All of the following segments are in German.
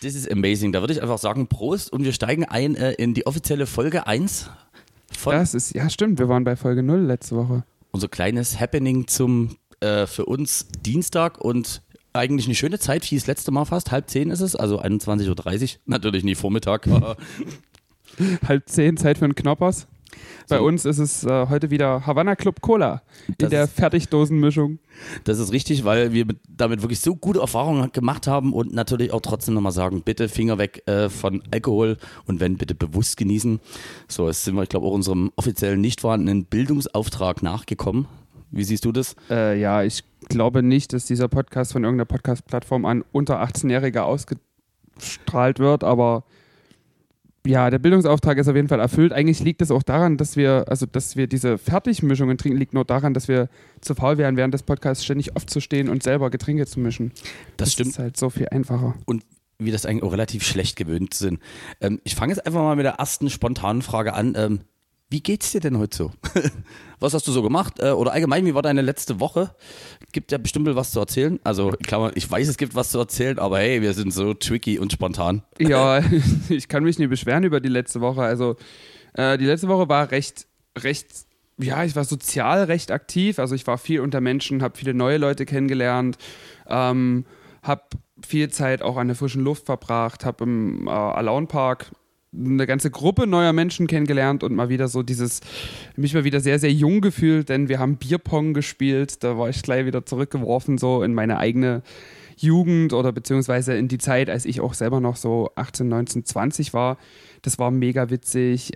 Das ist amazing. Da würde ich einfach sagen, Prost und wir steigen ein in die offizielle Folge 1 von Ja stimmt, wir waren bei Folge 0 letzte Woche. unser kleines Happening zum für uns Dienstag und eigentlich eine schöne Zeit, wie das letzte Mal fast. 9:30 ist es, also 21:30 Uhr. Natürlich nie Vormittag. 9:30, Zeit für einen Knoppers. Bei uns ist es heute wieder Havana Club Cola in der Fertigdosenmischung. Das ist richtig, weil wir damit wirklich so gute Erfahrungen gemacht haben und natürlich auch trotzdem nochmal sagen, bitte Finger weg von Alkohol und wenn, bitte bewusst genießen. So, jetzt sind wir, ich glaube, auch unserem offiziellen nicht vorhandenen Bildungsauftrag nachgekommen. Wie siehst du das? Ja, ich glaube nicht, dass dieser Podcast von irgendeiner Podcast-Plattform an unter 18-Jährige ausgestrahlt wird, aber ja, der Bildungsauftrag ist auf jeden Fall erfüllt. Eigentlich liegt es auch daran, dass wir diese Fertigmischungen trinken, liegt nur daran, dass wir zu faul wären, während des Podcasts ständig aufzustehen und selber Getränke zu mischen. Das stimmt. ist halt so viel einfacher. Und wir das eigentlich auch relativ schlecht gewöhnt sind. Ich fange jetzt einfach mal mit der ersten spontanen Frage an. Wie geht's dir denn heute so? Was hast du so gemacht? Oder allgemein, wie war deine letzte Woche? Gibt ja bestimmt was zu erzählen. Also, klar, ich weiß, es gibt was zu erzählen, aber hey, wir sind so tricky und spontan. Ja, ich kann mich nicht beschweren über die letzte Woche. Also, die letzte Woche war recht, ja, ich war sozial recht aktiv. Also, ich war viel unter Menschen, habe viele neue Leute kennengelernt, habe viel Zeit auch an der frischen Luft verbracht, habe im Alaun Park eine ganze Gruppe neuer Menschen kennengelernt und mal wieder so mich mal wieder sehr, sehr jung gefühlt, denn wir haben Bierpong gespielt, da war ich gleich wieder zurückgeworfen so in meine eigene Jugend oder beziehungsweise in die Zeit, als ich auch selber noch so 18, 19, 20 war. Das war mega witzig.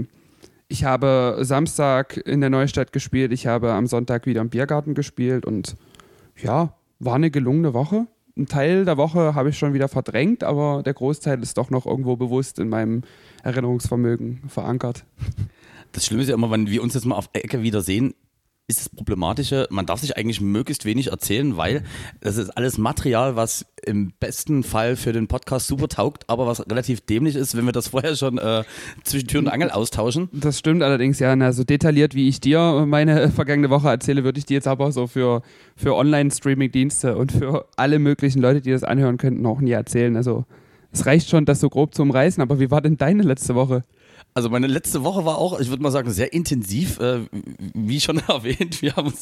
Ich habe Samstag in der Neustadt gespielt, ich habe am Sonntag wieder im Biergarten gespielt und ja, war eine gelungene Woche. Ein Teil der Woche habe ich schon wieder verdrängt, aber der Großteil ist doch noch irgendwo bewusst in meinem Erinnerungsvermögen verankert. Das Schlimme ist ja immer, wenn wir uns jetzt mal auf Ecke wiedersehen, ist das Problematische, man darf sich eigentlich möglichst wenig erzählen, weil das ist alles Material, was im besten Fall für den Podcast super taugt, aber was relativ dämlich ist, wenn wir das vorher schon zwischen Tür und Angel austauschen. Das stimmt allerdings, ja. So detailliert, wie ich dir meine vergangene Woche erzähle, würde ich dir jetzt aber so für Online-Streaming-Dienste und für alle möglichen Leute, die das anhören könnten, auch nie erzählen. Also es reicht schon, das so grob zu umreißen, aber wie war denn deine letzte Woche? Also meine letzte Woche war auch, ich würde mal sagen, sehr intensiv. Wie schon erwähnt, wir haben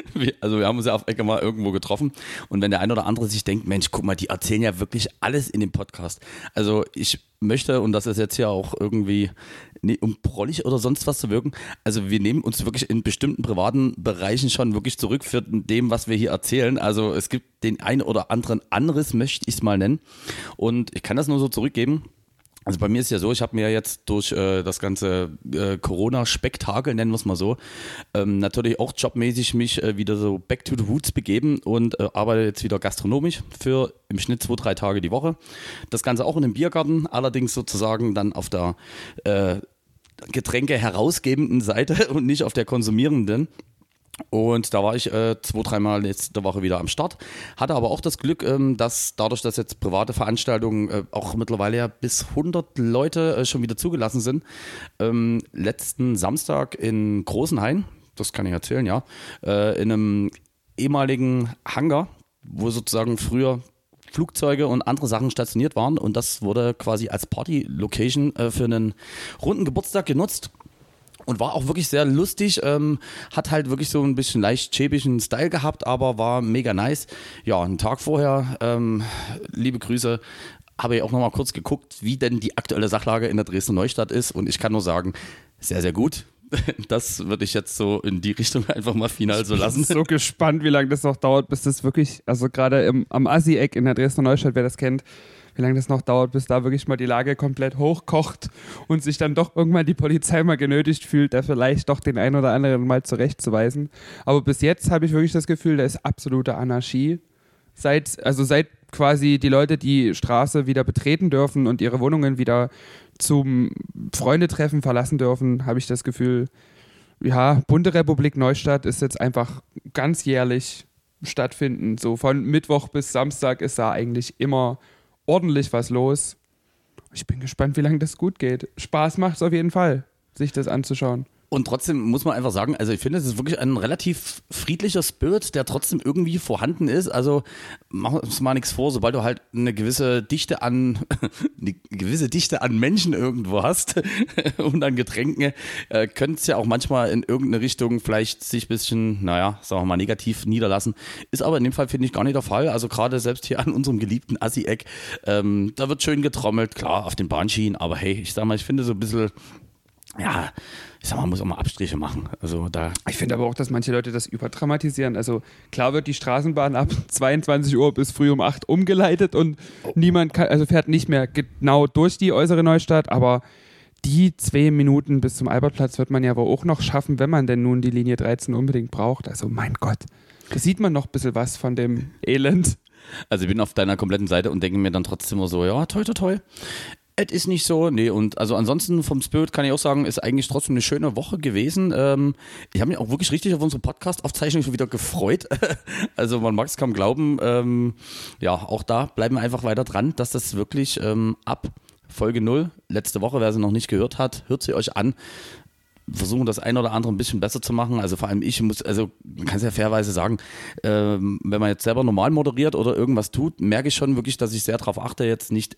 uns ja auf Ecke mal irgendwo getroffen. Und wenn der ein oder andere sich denkt, Mensch, guck mal, die erzählen ja wirklich alles in dem Podcast. Also ich möchte, und das ist jetzt ja auch irgendwie, um prollig oder sonst was zu wirken, also wir nehmen uns wirklich in bestimmten privaten Bereichen schon wirklich zurück für dem, was wir hier erzählen. Also es gibt den einen oder anderen Anriss, möchte ich es mal nennen. Und ich kann das nur so zurückgeben. Also bei mir ist ja so, ich habe mir jetzt durch das ganze Corona-Spektakel, nennen wir es mal so, natürlich auch jobmäßig mich wieder so back to the roots begeben und arbeite jetzt wieder gastronomisch für im Schnitt 2-3 Tage die Woche. Das Ganze auch in einem Biergarten, allerdings sozusagen dann auf der Getränke herausgebenden Seite und nicht auf der konsumierenden. Und da war ich 2-3 Mal letzte Woche wieder am Start. Hatte aber auch das Glück, dass dadurch, dass jetzt private Veranstaltungen auch mittlerweile ja bis 100 Leute schon wieder zugelassen sind, letzten Samstag in Großenhain, das kann ich erzählen, ja, in einem ehemaligen Hangar, wo sozusagen früher Flugzeuge und andere Sachen stationiert waren. Und das wurde quasi als Party-Location für einen runden Geburtstag genutzt. Und war auch wirklich sehr lustig, hat halt wirklich so ein bisschen leicht schäbischen Style gehabt, aber war mega nice. Ja, einen Tag vorher, liebe Grüße, habe ich auch nochmal kurz geguckt, wie denn die aktuelle Sachlage in der Dresdner Neustadt ist. Und ich kann nur sagen, sehr, sehr gut. Das würde ich jetzt so in die Richtung einfach mal final so lassen. Ich bin so gespannt, wie lange das noch dauert, bis das wirklich, also gerade am Assi-Eck in der Dresdner Neustadt, wer das kennt, wie lange das noch dauert, bis da wirklich mal die Lage komplett hochkocht und sich dann doch irgendwann die Polizei mal genötigt fühlt, da vielleicht doch den einen oder anderen mal zurechtzuweisen. Aber bis jetzt habe ich wirklich das Gefühl, da ist absolute Anarchie. Seit quasi die Leute die Straße wieder betreten dürfen und ihre Wohnungen wieder zum Freundetreffen verlassen dürfen, habe ich das Gefühl, ja, Bunte Republik Neustadt ist jetzt einfach ganz jährlich stattfinden. So von Mittwoch bis Samstag ist da eigentlich immer ordentlich was los. Ich bin gespannt, wie lange das gut geht. Spaß macht es auf jeden Fall, sich das anzuschauen. Und trotzdem muss man einfach sagen, also ich finde, es ist wirklich ein relativ friedlicher Spirit, der trotzdem irgendwie vorhanden ist. Also mach uns mal nichts vor, sobald du halt eine gewisse Dichte an Menschen irgendwo hast und an Getränken, könnte es ja auch manchmal in irgendeine Richtung vielleicht sich ein bisschen, naja, sagen wir mal, negativ niederlassen. Ist aber in dem Fall, finde ich, gar nicht der Fall. Also gerade selbst hier an unserem geliebten Assi-Eck, da wird schön getrommelt, klar, auf den Bahnschienen, aber hey, ich sag mal, ich finde so ein bisschen, ja, ich sag mal, man muss auch mal Abstriche machen. Also da. Ich finde aber auch, dass manche Leute das überdramatisieren. Also klar wird die Straßenbahn ab 22 Uhr bis früh um 8 umgeleitet und niemand kann, also fährt nicht mehr genau durch die äußere Neustadt, aber die 2 Minuten bis zum Albertplatz wird man ja wohl auch noch schaffen, wenn man denn nun die Linie 13 unbedingt braucht. Also mein Gott, da sieht man noch ein bisschen was von dem Elend. Also ich bin auf deiner kompletten Seite und denke mir dann trotzdem immer so, ja, toi, toi, toi. Es ist nicht so, nee, und also ansonsten vom Spirit kann ich auch sagen, ist eigentlich trotzdem eine schöne Woche gewesen. Ich habe mich auch wirklich richtig auf unsere Podcast-Aufzeichnung schon wieder gefreut. Also man mag es kaum glauben. Ja, auch da bleiben wir einfach weiter dran, dass das wirklich ab Folge 0, letzte Woche, wer sie noch nicht gehört hat, hört sie euch an. Versuchen das ein oder andere ein bisschen besser zu machen. Also vor allem man kann es ja fairerweise sagen, wenn man jetzt selber normal moderiert oder irgendwas tut, merke ich schon wirklich, dass ich sehr darauf achte, jetzt nicht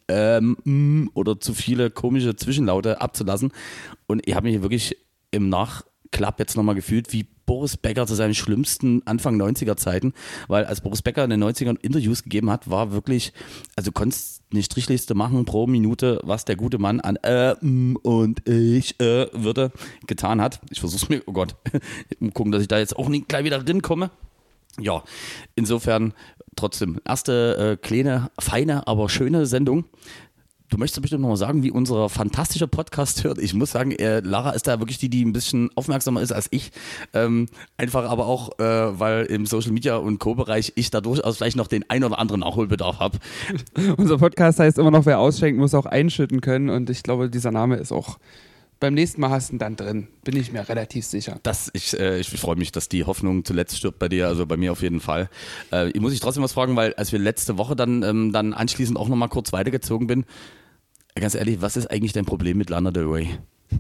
oder zu viele komische Zwischenlaute abzulassen. Und ich habe mich wirklich im Nachklapp jetzt nochmal gefühlt wie Boris Becker zu seinen schlimmsten Anfang 90er Zeiten, weil als Boris Becker in den 90ern Interviews gegeben hat, war wirklich, also konntest eine Strichliste machen pro Minute, was der gute Mann an und ich würde getan hat. Ich versuch's mir, oh Gott, gucken, dass ich da jetzt auch nicht gleich wieder rinkomme. Ja, insofern trotzdem erste kleine, feine, aber schöne Sendung. Du möchtest bestimmt noch mal sagen, wie unser fantastischer Podcast hört. Ich muss sagen, Lara ist da wirklich die ein bisschen aufmerksamer ist als ich. Einfach aber auch, weil im Social Media und Co-Bereich ich da durchaus vielleicht noch den ein oder anderen Nachholbedarf habe. Unser Podcast heißt immer noch, wer ausschenkt, muss auch einschütten können. Und ich glaube, dieser Name ist auch beim nächsten Mal hast du ihn dann drin. Bin ich mir relativ sicher. Ich freue mich, dass die Hoffnung zuletzt stirbt bei dir, also bei mir auf jeden Fall. Ich muss dich trotzdem was fragen, weil als wir letzte Woche dann anschließend auch noch mal kurz weitergezogen bin, ganz ehrlich, was ist eigentlich dein Problem mit Lana Del Rey?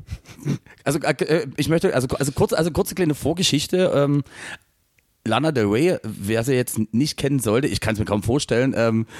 Also ich möchte, kurze kleine Vorgeschichte. Lana Del Rey, wer sie jetzt nicht kennen sollte, ich kann es mir kaum vorstellen,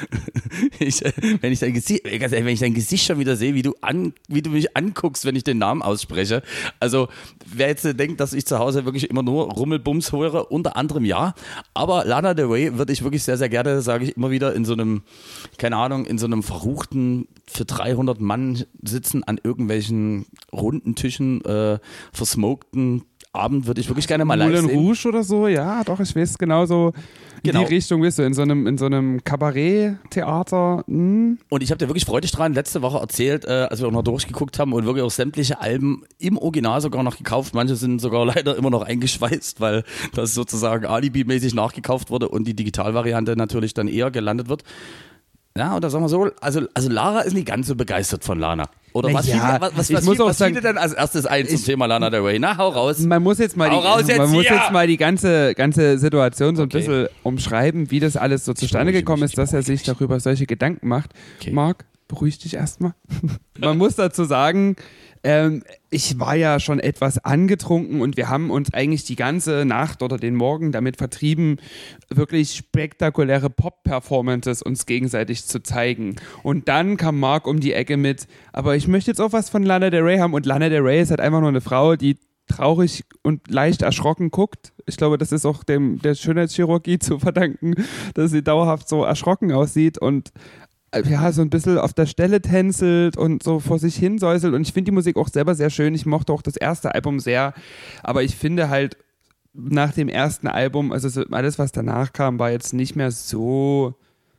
wenn ich dein Gesicht schon wieder sehe, wie du mich anguckst, wenn ich den Namen ausspreche. Also wer jetzt denkt, dass ich zu Hause wirklich immer nur Rummelbums höre, unter anderem ja, aber Lana Del Rey würde ich wirklich sehr, sehr gerne, sage ich immer wieder, in so einem, keine Ahnung, in so einem verruchten, für 300 Mann sitzen an irgendwelchen runden Tischen, versmokten Abend würde ich wirklich gerne mal live sehen. Moulin Rouge oder so, ja, doch, ich weiß genauso. In die Richtung bist du, in so einem Kabarett-Theater. Und ich habe dir wirklich freudig dran letzte Woche erzählt, als wir auch noch durchgeguckt haben und wirklich auch sämtliche Alben im Original sogar noch gekauft. Manche sind sogar leider immer noch eingeschweißt, weil das sozusagen alibimäßig nachgekauft wurde und die Digitalvariante natürlich dann eher gelandet wird. Ja, oder sagen wir so, also Lara ist nicht ganz so begeistert von Lana. Oder was fiel dir denn als erstes ein zum Thema Lana Del Rey? Na, hau raus. Man muss jetzt mal die ganze Situation so ein bisschen umschreiben, wie das alles so zustande gekommen ist, dass er sich darüber solche Gedanken macht. Okay. Marc, beruhig dich erstmal. Man muss dazu sagen, ich war ja schon etwas angetrunken und wir haben uns eigentlich die ganze Nacht oder den Morgen damit vertrieben, wirklich spektakuläre Pop-Performances uns gegenseitig zu zeigen. Und dann kam Marc um die Ecke mit, aber ich möchte jetzt auch was von Lana Del Rey haben. Und Lana Del Rey ist halt einfach nur eine Frau, die traurig und leicht erschrocken guckt. Ich glaube, das ist auch der Schönheitschirurgie zu verdanken, dass sie dauerhaft so erschrocken aussieht und ja, so ein bisschen auf der Stelle tänzelt und so vor sich hin säuselt. Und ich finde die Musik auch selber sehr schön. Ich mochte auch das erste Album sehr. Aber ich finde halt, nach dem ersten Album, also alles, was danach kam, war jetzt nicht mehr so,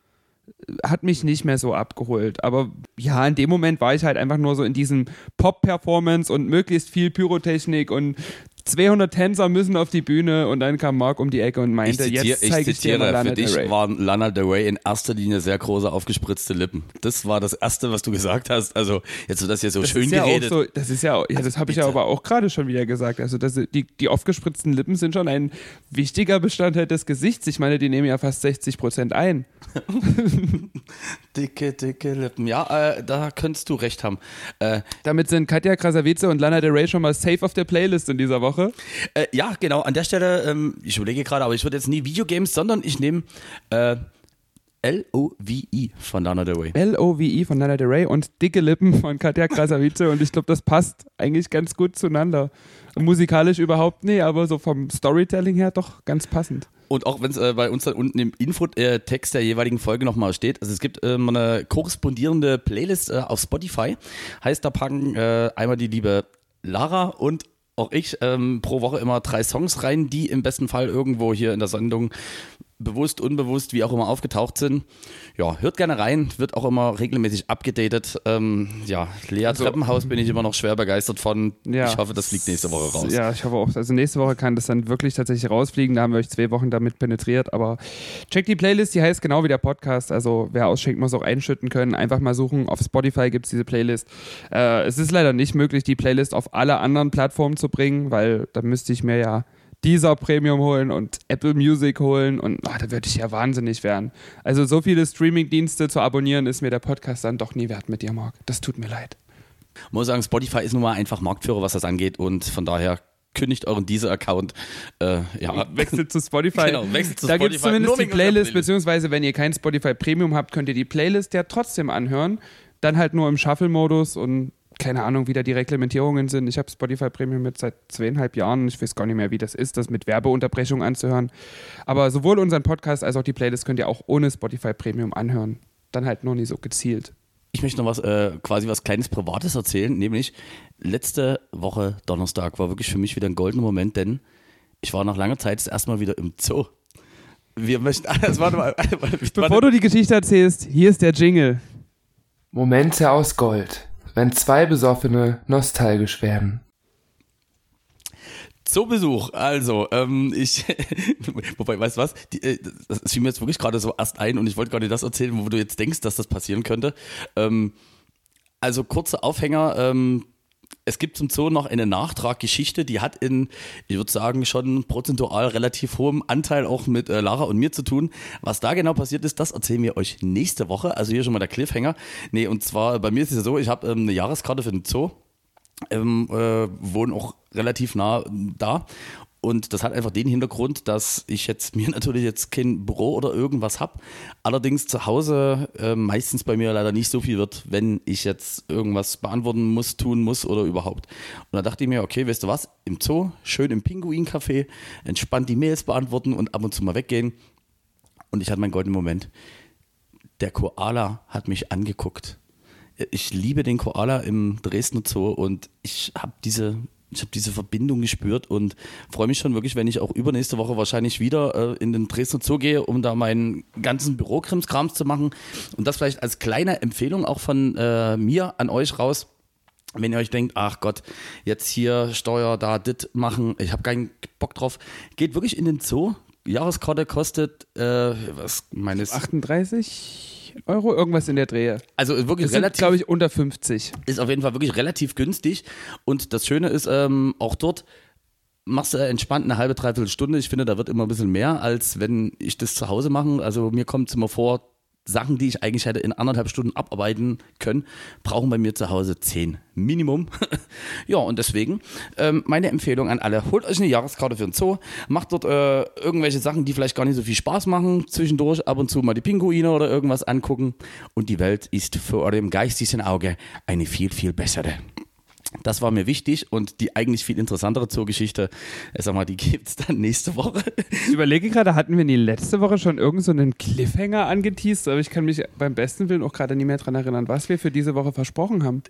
hat mich nicht mehr so abgeholt. Aber ja, in dem Moment war ich halt einfach nur so in diesem Pop-Performance und möglichst viel Pyrotechnik und 200 Tänzer müssen auf die Bühne und dann kam Marc um die Ecke und meinte, jetzt zeige ich dir mal Lana Del Rey. Für dich waren Lana Del Rey in erster Linie sehr große, aufgespritzte Lippen. Das war das Erste, was du gesagt hast. Also jetzt wird das hier so das schön geredet. So, das ist ja auch, das habe ich ja aber auch gerade schon wieder gesagt. Also die aufgespritzten Lippen sind schon ein wichtiger Bestandteil des Gesichts. Ich meine, die nehmen ja fast 60% ein. Dicke, dicke Lippen. Ja, da könntest du recht haben. Damit sind Katja Krasavice und Lana Del Rey schon mal safe auf der Playlist in dieser Woche. Ja, genau. An der Stelle, ich überlege gerade, aber ich würde jetzt nie Videogames, sondern ich nehme L-O-V-E von Lana Del Rey. L-O-V-E von Lana Del Rey und Dicke Lippen von Katja Krasavice. Und ich glaube, das passt eigentlich ganz gut zueinander. Musikalisch überhaupt nicht, aber so vom Storytelling her doch ganz passend. Und auch wenn es bei uns dann unten im Infotext der jeweiligen Folge nochmal steht, also es gibt eine korrespondierende Playlist auf Spotify. Heißt, da packen einmal die liebe Lara und auch ich pro Woche immer 3 Songs rein, die im besten Fall irgendwo hier in der Sendung bewusst, unbewusst, wie auch immer aufgetaucht sind. Ja, hört gerne rein, wird auch immer regelmäßig abgedatet. Lea Treppenhaus bin ich immer noch schwer begeistert von. Ja. Ich hoffe, das fliegt nächste Woche raus. Ja, ich hoffe auch. Also nächste Woche kann das dann wirklich tatsächlich rausfliegen. Da haben wir euch 2 Wochen damit penetriert. Aber checkt die Playlist, die heißt genau wie der Podcast. Also wer ausschenkt, muss auch einschütten können. Einfach mal suchen. Auf Spotify gibt es diese Playlist. Es ist leider nicht möglich, die Playlist auf alle anderen Plattformen zu bringen, weil da müsste ich mir ja Deezer Premium holen und Apple Music holen und da würde ich ja wahnsinnig werden. Also so viele Streaming-Dienste zu abonnieren, ist mir der Podcast dann doch nie wert mit dir, Marc. Das tut mir leid. Ich muss sagen, Spotify ist nun mal einfach Marktführer, was das angeht und von daher kündigt euren Deezer-Account. Wechselt zu Spotify. Genau, wechselt zu da Spotify. Da gibt es zumindest die Playlist, beziehungsweise wenn ihr kein Spotify Premium habt, könnt ihr die Playlist ja trotzdem anhören. Dann halt nur im Shuffle-Modus und keine Ahnung, wie da die Reglementierungen sind. Ich habe Spotify Premium jetzt seit 2,5 Jahren. Ich weiß gar nicht mehr, wie das ist, das mit Werbeunterbrechung anzuhören. Aber sowohl unseren Podcast als auch die Playlist könnt ihr auch ohne Spotify Premium anhören. Dann halt nur nicht so gezielt. Ich möchte noch was kleines Privates erzählen, nämlich letzte Woche Donnerstag war wirklich für mich wieder ein goldener Moment, denn ich war nach langer Zeit das erste Mal wieder im Zoo. Bevor du die Geschichte erzählst, hier ist der Jingle. Momente aus Gold. Wenn 2 Besoffene nostalgisch werden. Zoobesuch, also, wobei, weißt du was, das fiel mir jetzt wirklich gerade so erst ein und ich wollte gar nicht das erzählen, wo du jetzt denkst, dass das passieren könnte. Also, kurzer Aufhänger, es gibt zum Zoo noch eine Nachtraggeschichte, die hat ich würde sagen, schon prozentual relativ hohem Anteil auch mit Lara und mir zu tun. Was da genau passiert ist, das erzählen wir euch nächste Woche. Also hier schon mal der Cliffhanger. Nee, und zwar bei mir ist es ja so, ich habe eine Jahreskarte für den Zoo, wohne auch relativ nah da. Und das hat einfach den Hintergrund, dass ich mir natürlich kein Büro oder irgendwas habe. Allerdings zu Hause meistens bei mir leider nicht so viel wird, wenn ich jetzt irgendwas beantworten muss, tun muss oder überhaupt. Und da dachte ich mir, okay, weißt du was, im Zoo, schön im Pinguin-Café, entspannt die Mails beantworten und ab und zu mal weggehen. Und ich hatte meinen goldenen Moment. Der Koala hat mich angeguckt. Ich liebe den Koala im Dresdner Zoo und ich habe diese Verbindung gespürt und freue mich schon wirklich, wenn ich auch übernächste Woche wahrscheinlich wieder in den Dresdner Zoo gehe, um da meinen ganzen Bürokrimskrams zu machen. Und das vielleicht als kleine Empfehlung auch von mir an euch raus. Wenn ihr euch denkt, ach Gott, jetzt hier Steuer, da dit machen, ich habe keinen Bock drauf, geht wirklich in den Zoo. Jahreskarte kostet, 38 Euro, irgendwas in der Drehe. Also wirklich das relativ, glaube ich, unter 50. Ist auf jeden Fall wirklich relativ günstig. Und das Schöne ist, auch dort machst du entspannt eine halbe, dreiviertel Stunde. Ich finde, da wird immer ein bisschen mehr, als wenn ich das zu Hause mache. Also mir kommt es immer vor, Sachen, die ich eigentlich hätte in 1,5 Stunden abarbeiten können, brauchen bei mir zu Hause 10 Minimum. Ja, und deswegen meine Empfehlung an alle, holt euch eine Jahreskarte für den Zoo, macht dort irgendwelche Sachen, die vielleicht gar nicht so viel Spaß machen, zwischendurch ab und zu mal die Pinguine oder irgendwas angucken und die Welt ist vor eurem geistigen Auge eine viel, viel bessere. Das war mir wichtig und die eigentlich viel interessantere Zoo-Geschichte, die gibt es dann nächste Woche. Ich überlege gerade, hatten wir die letzte Woche schon irgend so einen Cliffhanger angeteased, aber ich kann mich beim besten Willen auch gerade nicht mehr daran erinnern, was wir für diese Woche versprochen haben.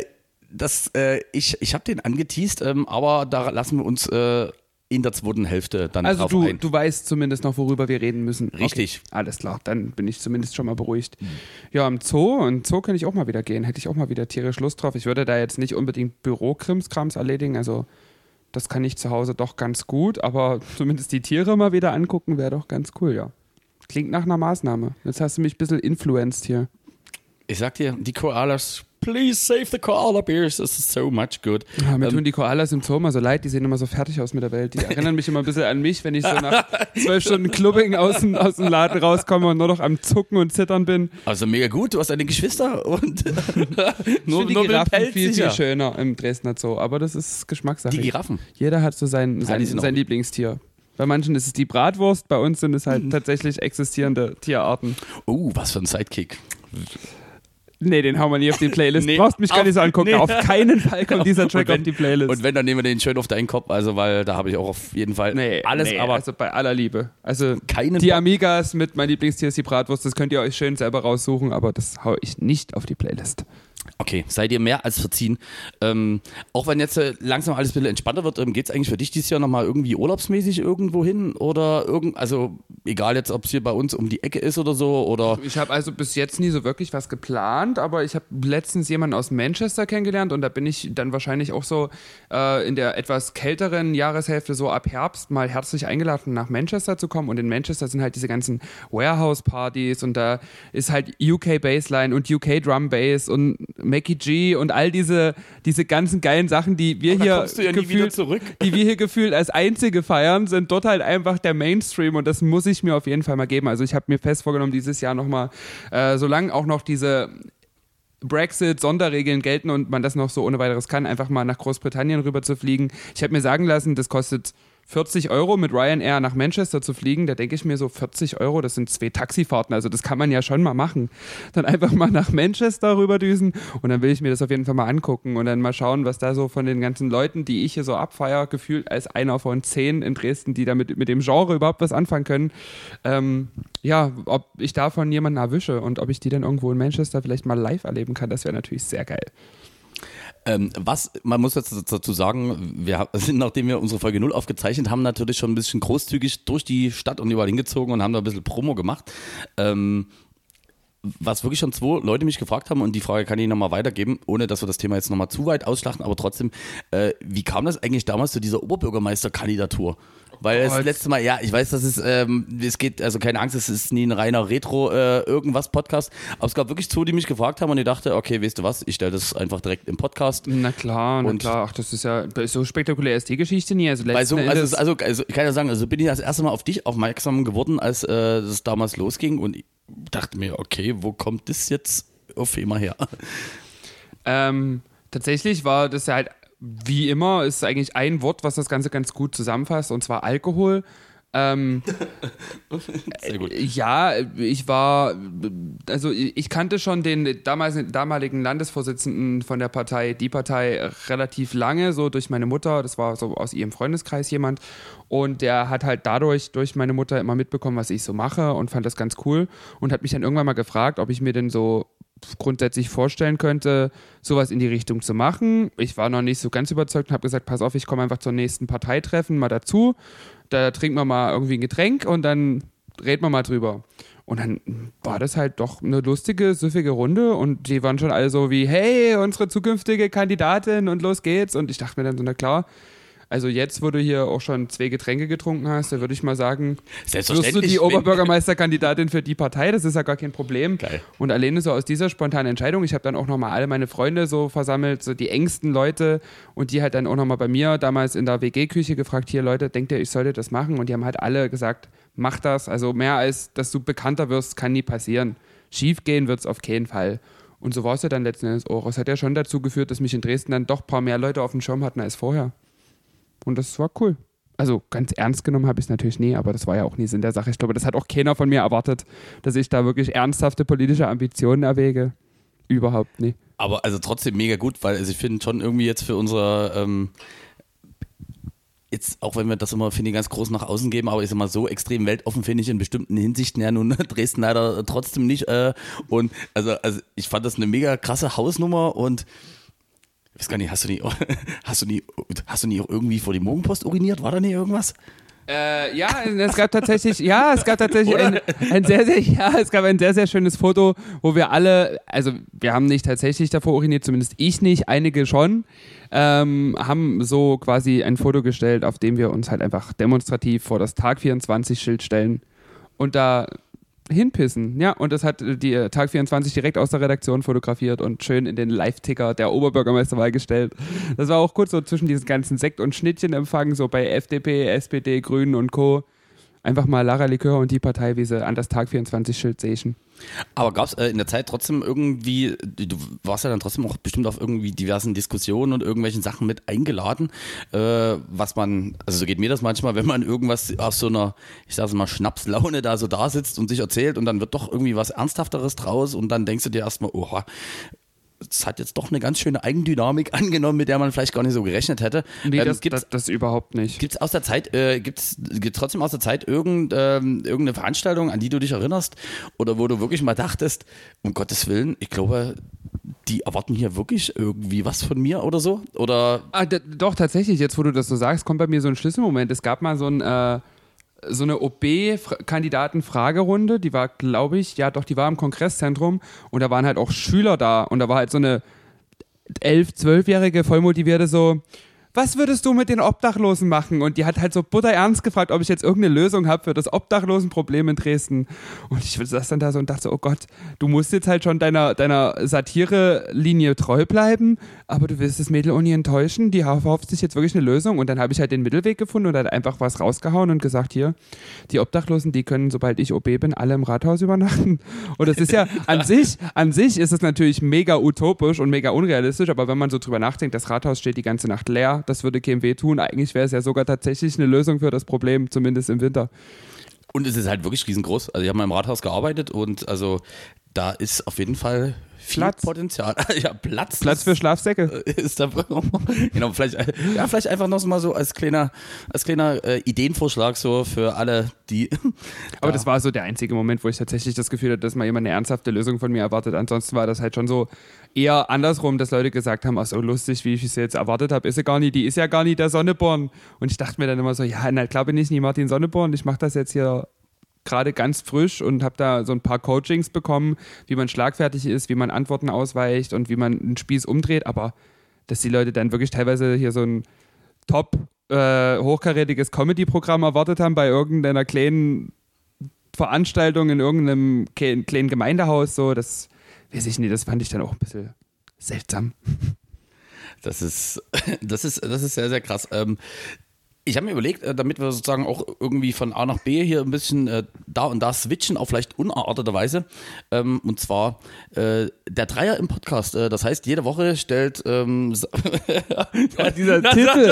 Ich habe den angeteased, aber da lassen wir uns in der zweiten Hälfte dann drauf ein. Also du weißt zumindest noch, worüber wir reden müssen. Richtig. Okay, alles klar, dann bin ich zumindest schon mal beruhigt. Ja, im Zoo kann ich auch mal wieder gehen. Hätte ich auch mal wieder tierisch Lust drauf. Ich würde da jetzt nicht unbedingt Bürokrimskrams erledigen, also das kann ich zu Hause doch ganz gut, aber zumindest die Tiere mal wieder angucken wäre doch ganz cool, ja. Klingt nach einer Maßnahme. Jetzt hast du mich ein bisschen influenced hier. Ich sag dir, die Koalas please save the koala bears, this is so much good. Ja, mir tun die Koalas im Zoo immer so leid, die sehen immer so fertig aus mit der Welt. Die erinnern mich immer ein bisschen an mich, wenn ich so nach 12 Stunden Clubbing aus dem Laden rauskomme und nur noch am Zucken und Zittern bin. Also mega gut, du hast deine Geschwister und nur die Giraffen viel schöner im Dresdner Zoo, aber das ist Geschmackssache. Die Giraffen? Jeder hat so sein Lieblingstier. Bei manchen ist es die Bratwurst, bei uns sind es halt tatsächlich existierende Tierarten. Oh, was für ein Sidekick. Nee, den hauen wir nie auf die Playlist. Nee, brauchst mich gar nicht so angucken. Nee. Auf keinen Fall kommt dieser Track auf die Playlist. Und wenn, dann nehmen wir den schön auf deinen Kopf, also weil da habe ich auch auf jeden Fall alles, aber also bei aller Liebe. Also die Amigas mit mein Lieblingstier ist die Bratwurst, das könnt ihr euch schön selber raussuchen, aber das haue ich nicht auf die Playlist. Okay, seid ihr mehr als verziehen. Auch wenn jetzt langsam alles ein bisschen entspannter wird, geht es eigentlich für dich dieses Jahr nochmal irgendwie urlaubsmäßig irgendwo hin? Oder also egal jetzt, ob es hier bei uns um die Ecke ist oder so? Oder ich habe also bis jetzt nie so wirklich was geplant, aber ich habe letztens jemanden aus Manchester kennengelernt und da bin ich dann wahrscheinlich auch so in der etwas kälteren Jahreshälfte so ab Herbst mal herzlich eingeladen, nach Manchester zu kommen. Und in Manchester sind halt diese ganzen Warehouse-Partys und da ist halt UK Bassline und UK Drum Bass und Mackie G und all diese ganzen geilen Sachen, die wir hier gefühlt als einzige feiern, sind dort halt einfach der Mainstream und das muss ich mir auf jeden Fall mal geben. Also ich habe mir fest vorgenommen, dieses Jahr nochmal, solange auch noch diese Brexit-Sonderregeln gelten und man das noch so ohne weiteres kann, einfach mal nach Großbritannien rüber zu fliegen. Ich habe mir sagen lassen, das kostet 40 € mit Ryanair nach Manchester zu fliegen, da denke ich mir so 40 €, das sind 2 Taxifahrten, also das kann man ja schon mal machen. Dann einfach mal nach Manchester rüberdüsen und dann will ich mir das auf jeden Fall mal angucken und dann mal schauen, was da so von den ganzen Leuten, die ich hier so abfeiere, gefühlt als einer von 10 in Dresden, die da mit dem Genre überhaupt was anfangen können, ob ich davon jemanden erwische und ob ich die dann irgendwo in Manchester vielleicht mal live erleben kann, das wäre natürlich sehr geil. Man muss jetzt dazu sagen, wir sind, nachdem wir unsere Folge 0 aufgezeichnet haben, natürlich schon ein bisschen großzügig durch die Stadt und überall hingezogen und haben da ein bisschen Promo gemacht. Was wirklich schon 2 Leute mich gefragt haben und die Frage kann ich nochmal weitergeben, ohne dass wir das Thema jetzt nochmal zu weit ausschlachten, aber trotzdem, wie kam das eigentlich damals zu dieser Oberbürgermeisterkandidatur? Weil das letzte Mal, ja, ich weiß, dass es geht, also keine Angst, es ist nie ein reiner Retro-Irgendwas-Podcast, aber es gab wirklich 2, die mich gefragt haben und ich dachte, okay, weißt du was, ich stelle das einfach direkt im Podcast. Na klar, ach, das ist ja, so spektakulär ist die Geschichte nie. Also ich kann ja sagen, also bin ich das erste Mal auf dich aufmerksam geworden, als das damals losging und ich dachte mir, okay, wo kommt das jetzt auf einmal her? Tatsächlich war das ja halt wie immer, ist eigentlich ein Wort, was das Ganze ganz gut zusammenfasst, und zwar Alkohol. Sehr gut. Ja, ich kannte schon den damaligen Landesvorsitzenden von der Partei, die Partei, relativ lange, so durch meine Mutter, das war so aus ihrem Freundeskreis jemand, und der hat halt durch meine Mutter immer mitbekommen, was ich so mache und fand das ganz cool und hat mich dann irgendwann mal gefragt, ob ich mir denn so grundsätzlich vorstellen könnte, sowas in die Richtung zu machen. Ich war noch nicht so ganz überzeugt und habe gesagt, pass auf, ich komme einfach zur nächsten Parteitreffen mal dazu, da trinken wir mal irgendwie ein Getränk und dann reden wir mal drüber. Und dann war das halt doch eine lustige, süffige Runde und die waren schon alle so wie, hey, unsere zukünftige Kandidatin und los geht's. Und ich dachte mir dann so, na klar, also jetzt, wo du hier auch schon 2 Getränke getrunken hast, da würde ich mal sagen, wirst du die Oberbürgermeisterkandidatin für die Partei, das ist ja gar kein Problem. Geil. Und alleine so aus dieser spontanen Entscheidung, ich habe dann auch nochmal alle meine Freunde so versammelt, so die engsten Leute, und die halt dann auch nochmal bei mir damals in der WG-Küche gefragt, hier Leute, denkt ihr, ich sollte das machen? Und die haben halt alle gesagt, mach das, also mehr als, dass du bekannter wirst, kann nie passieren. Schief gehen wird es auf keinen Fall. Und so war es ja dann letzten Endes auch. Es hat ja schon dazu geführt, dass mich in Dresden dann doch ein paar mehr Leute auf dem Schirm hatten als vorher. Und das war cool. Also ganz ernst genommen habe ich es natürlich nie, aber das war ja auch nie Sinn der Sache. Ich glaube, das hat auch keiner von mir erwartet, dass ich da wirklich ernsthafte politische Ambitionen erwäge. Überhaupt nie. Aber also trotzdem mega gut, weil also ich finde schon irgendwie jetzt für unser, jetzt auch wenn wir das immer, finde ich, ganz groß nach außen geben, aber ich sag mal, so extrem weltoffen finde ich in bestimmten Hinsichten ja nun Dresden leider trotzdem nicht. Und also ich fand das eine mega krasse Hausnummer und ich weiß gar nicht, hast du nie auch irgendwie vor die Morgenpost uriniert? War da nicht irgendwas? Es gab tatsächlich ein sehr, sehr schönes Foto, wo wir alle, also wir haben nicht tatsächlich davor uriniert, zumindest ich nicht, einige schon, haben so quasi ein Foto gestellt, auf dem wir uns halt einfach demonstrativ vor das Tag 24-Schild stellen und da hinpissen. Ja, und das hat die Tag 24 direkt aus der Redaktion fotografiert und schön in den Live-Ticker der Oberbürgermeisterwahl gestellt. Das war auch kurz so zwischen diesen ganzen Sekt- und Schnittchenempfang, so bei FDP, SPD, Grünen und Co. Einfach mal Lara Likör und die Partei, wie sie an das Tag 24-Schild sehen. Aber gab es in der Zeit trotzdem irgendwie, du warst ja dann trotzdem auch bestimmt auf irgendwie diversen Diskussionen und irgendwelchen Sachen mit eingeladen, was man, also so geht mir das manchmal, wenn man irgendwas auf so einer, ich sag's mal, Schnapslaune da so da sitzt und sich erzählt und dann wird doch irgendwie was Ernsthafteres draus und dann denkst du dir erstmal, oha, es hat jetzt doch eine ganz schöne Eigendynamik angenommen, mit der man vielleicht gar nicht so gerechnet hätte. Nee, das überhaupt nicht. Gibt es aus der Zeit, gibt's trotzdem aus der Zeit irgendeine Veranstaltung, an die du dich erinnerst oder wo du wirklich mal dachtest, um Gottes Willen, ich glaube, die erwarten hier wirklich irgendwie was von mir oder so? Oder? Doch, tatsächlich, jetzt wo du das so sagst, kommt bei mir so ein Schlüsselmoment. Es gab mal so eine OB-Kandidaten-Fragerunde, die war, glaube ich, ja doch, die war im Kongresszentrum und da waren halt auch Schüler da und da war halt so eine 11-, 12-jährige Vollmotivierte so, was würdest du mit den Obdachlosen machen? Und die hat halt so butterernst gefragt, ob ich jetzt irgendeine Lösung habe für das Obdachlosenproblem in Dresden. Und ich saß dann da so und dachte so, oh Gott, du musst jetzt halt schon deiner Satire-Linie treu bleiben, aber du willst das Mädel auch nie enttäuschen. Die verhofft sich jetzt wirklich eine Lösung. Und dann habe ich halt den Mittelweg gefunden und halt einfach was rausgehauen und gesagt, hier, die Obdachlosen, die können, sobald ich OB bin, alle im Rathaus übernachten. Und das ist ja an sich ist es natürlich mega utopisch und mega unrealistisch, aber wenn man so drüber nachdenkt, das Rathaus steht die ganze Nacht leer, das würde keinem wehtun. Eigentlich wäre es ja sogar tatsächlich eine Lösung für das Problem, zumindest im Winter. Und es ist halt wirklich riesengroß. Also ich habe mal im Rathaus gearbeitet und also da ist auf jeden Fall viel Potenzial. Ja, Platz für Schlafsäcke. Ist da, genau, vielleicht einfach noch mal so als kleiner Ideenvorschlag so für alle, die. Aber das war so der einzige Moment, wo ich tatsächlich das Gefühl hatte, dass mal jemand eine ernsthafte Lösung von mir erwartet. Ansonsten war das halt schon so eher andersrum, dass Leute gesagt haben, ach so lustig, wie ich es jetzt erwartet habe, ist sie gar nicht, die ist ja gar nicht der Sonneborn. Und ich dachte mir dann immer so, ja, na klar bin ich nicht Martin Sonneborn, ich mache das jetzt hier gerade ganz frisch und habe da so ein paar Coachings bekommen, wie man schlagfertig ist, wie man Antworten ausweicht und wie man einen Spieß umdreht, aber dass die Leute dann wirklich teilweise hier so ein hochkarätiges Comedy-Programm erwartet haben bei irgendeiner kleinen Veranstaltung in irgendeinem kleinen Gemeindehaus, so, das weiß ich nicht, das fand ich dann auch ein bisschen seltsam. Das ist sehr, sehr krass. Ich habe mir überlegt, damit wir sozusagen auch irgendwie von A nach B hier ein bisschen da und da switchen, auf vielleicht unerartete Weise. Und zwar der Dreier im Podcast. Das heißt, jede Woche stellt dieser Titel.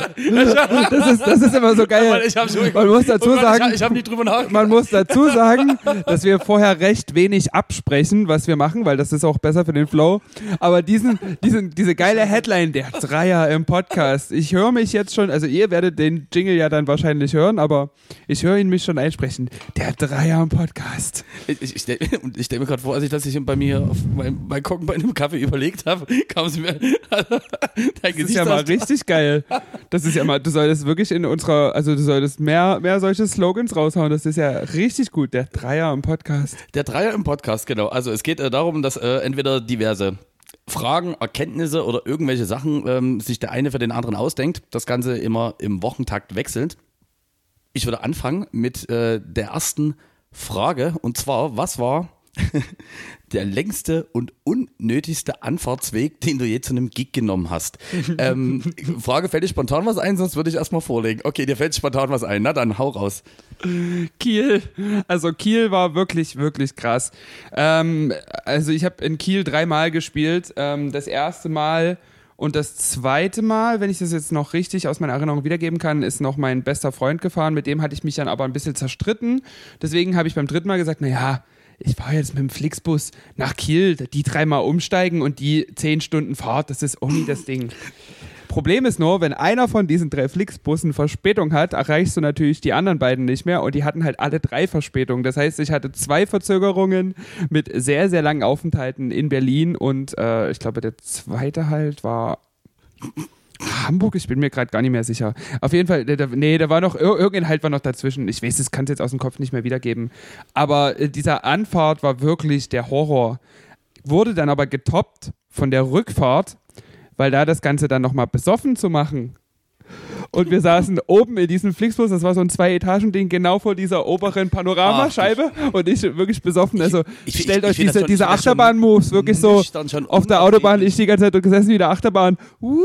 Das ist immer so geil. Man muss dazu sagen, ich habe nicht drüber nachgedacht. Man muss dazu sagen, dass wir vorher recht wenig absprechen, was wir machen, weil das ist auch besser für den Flow. Aber diese geile Headline, der Dreier im Podcast. Ich höre mich jetzt schon, also ihr werdet den Jingle ja dann wahrscheinlich hören, aber ich höre ihn mich schon einsprechen. Der Dreier im Podcast. Ich stelle mir gerade vor, als ich das bei mir auf meinem Balkon bei einem Kaffee überlegt habe, kam es mir. Das ist ja mal richtig geil. Das ist ja mal, du solltest wirklich du solltest mehr solche Slogans raushauen. Das ist ja richtig gut. Der Dreier im Podcast. Der Dreier im Podcast, genau. Also es geht darum, dass entweder diverse Fragen, Erkenntnisse oder irgendwelche Sachen sich der eine für den anderen ausdenkt. Das Ganze immer im Wochentakt wechselnd. Ich würde anfangen mit der ersten Frage. Und zwar, was war der längste und unnötigste Anfahrtsweg, den du je zu einem Gig genommen hast? Frage, fällt dir spontan was ein? Sonst würde ich erstmal vorlegen. Okay, dir fällt spontan was ein. Na dann, hau raus. Kiel. Also Kiel war wirklich, wirklich krass. Also ich habe in Kiel 3-mal gespielt. Das erste Mal und das zweite Mal, wenn ich das jetzt noch richtig aus meiner Erinnerung wiedergeben kann, ist noch mein bester Freund gefahren. Mit dem hatte ich mich dann aber ein bisschen zerstritten. Deswegen habe ich beim 3. Mal gesagt, naja, ich fahre jetzt mit dem Flixbus nach Kiel, die 3-mal umsteigen und die 10 Stunden Fahrt, das ist auch nie das Ding. Problem ist nur, wenn einer von diesen 3 Flixbussen Verspätung hat, erreichst du natürlich die anderen beiden nicht mehr und die hatten halt alle 3 Verspätungen. Das heißt, ich hatte 2 Verzögerungen mit sehr, sehr langen Aufenthalten in Berlin und ich glaube, der zweite halt war Hamburg, ich bin mir gerade gar nicht mehr sicher. Auf jeden Fall, da war noch, irgendein Halt war noch dazwischen. Ich weiß, das kann es jetzt aus dem Kopf nicht mehr wiedergeben. Aber dieser Anfahrt war wirklich der Horror. Wurde dann aber getoppt von der Rückfahrt, weil da das Ganze dann nochmal besoffen zu machen. und wir saßen oben in diesem Flixbus, das war so ein 2-Etagen-Ding, genau vor dieser oberen Panoramascheibe und ich wirklich besoffen, also stellt euch diese Achterbahn-Moves wirklich so auf der Autobahn, ich die ganze Zeit gesessen wie der Achterbahn,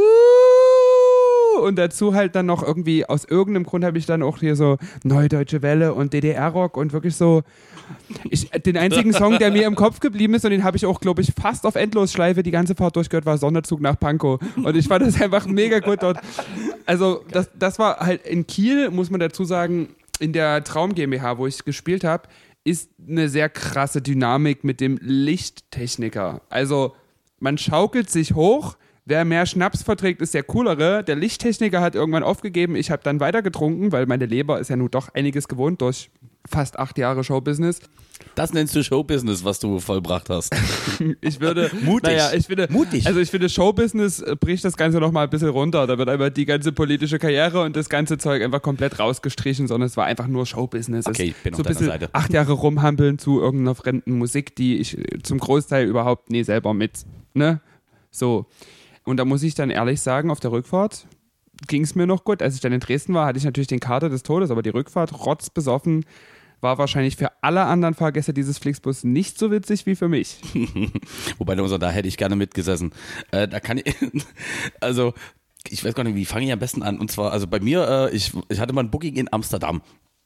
und dazu halt dann noch irgendwie, aus irgendeinem Grund habe ich dann auch hier so Neue Deutsche Welle und DDR-Rock und wirklich so, den einzigen Song, der mir im Kopf geblieben ist und den habe ich auch, glaube ich, fast auf Endlosschleife die ganze Fahrt durchgehört, war Sonderzug nach Pankow und ich fand das einfach mega gut dort. Also das war halt in Kiel, muss man dazu sagen, in der Traum GmbH, wo ich gespielt habe, ist eine sehr krasse Dynamik mit dem Lichttechniker. Also man schaukelt sich hoch. Wer mehr Schnaps verträgt, ist der Coolere. Der Lichttechniker hat irgendwann aufgegeben. Ich habe dann weiter getrunken, weil meine Leber ist ja nun doch einiges gewohnt durch fast 8 Jahre Showbusiness. Das nennst du Showbusiness, was du vollbracht hast. Ich würde, mutig. Mutig. Also ich finde, Showbusiness bricht das Ganze nochmal ein bisschen runter. Da wird einfach die ganze politische Karriere und das ganze Zeug einfach komplett rausgestrichen, sondern es war einfach nur Showbusiness. Okay, ich bin so auf deiner Seite. 8 Jahre rumhampeln zu irgendeiner fremden Musik, die ich zum Großteil überhaupt selber mit, ne? So. Und da muss ich dann ehrlich sagen, auf der Rückfahrt ging es mir noch gut. Als ich dann in Dresden war, hatte ich natürlich den Kater des Todes, aber die Rückfahrt, rotzbesoffen, war wahrscheinlich für alle anderen Fahrgäste dieses Flixbus nicht so witzig wie für mich. Wobei, da hätte ich gerne mitgesessen. Da kann ich, also ich weiß gar nicht, wie fange ich am besten an? Und zwar, also bei mir, ich hatte mal ein Booking in Amsterdam.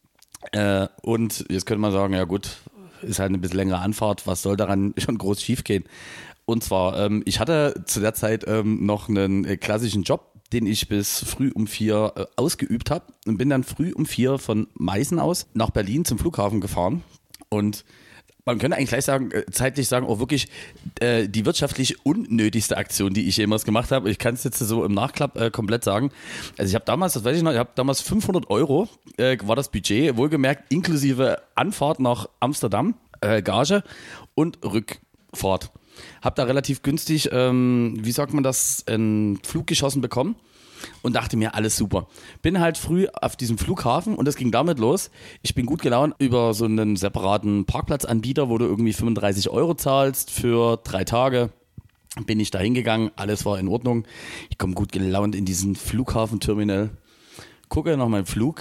Und jetzt könnte man sagen, ja gut, ist halt eine bisschen längere Anfahrt, was soll daran schon groß schief gehen? Und zwar, ich hatte zu der Zeit noch einen klassischen Job, den ich bis früh um 4 ausgeübt habe und bin dann früh um 4 von Meißen aus nach Berlin zum Flughafen gefahren. Und man könnte eigentlich gleich sagen, zeitlich sagen, auch wirklich die wirtschaftlich unnötigste Aktion, die ich jemals gemacht habe. Ich kann es jetzt so im Nachklapp komplett sagen. Also ich habe damals, das weiß ich noch, ich habe damals 500 Euro, war das Budget, wohlgemerkt inklusive Anfahrt nach Amsterdam, Gage und Rückfahrt. Hab da relativ günstig, wie sagt man das, einen Flug geschossen bekommen und dachte mir, alles super. Bin halt früh auf diesem Flughafen und es ging damit los. Ich bin gut gelaunt über so einen separaten Parkplatzanbieter, wo du irgendwie 35 Euro zahlst für 3 Tage. Bin ich da hingegangen, alles war in Ordnung. Ich komme gut gelaunt in diesen Flughafenterminal, gucke nach meinem Flug.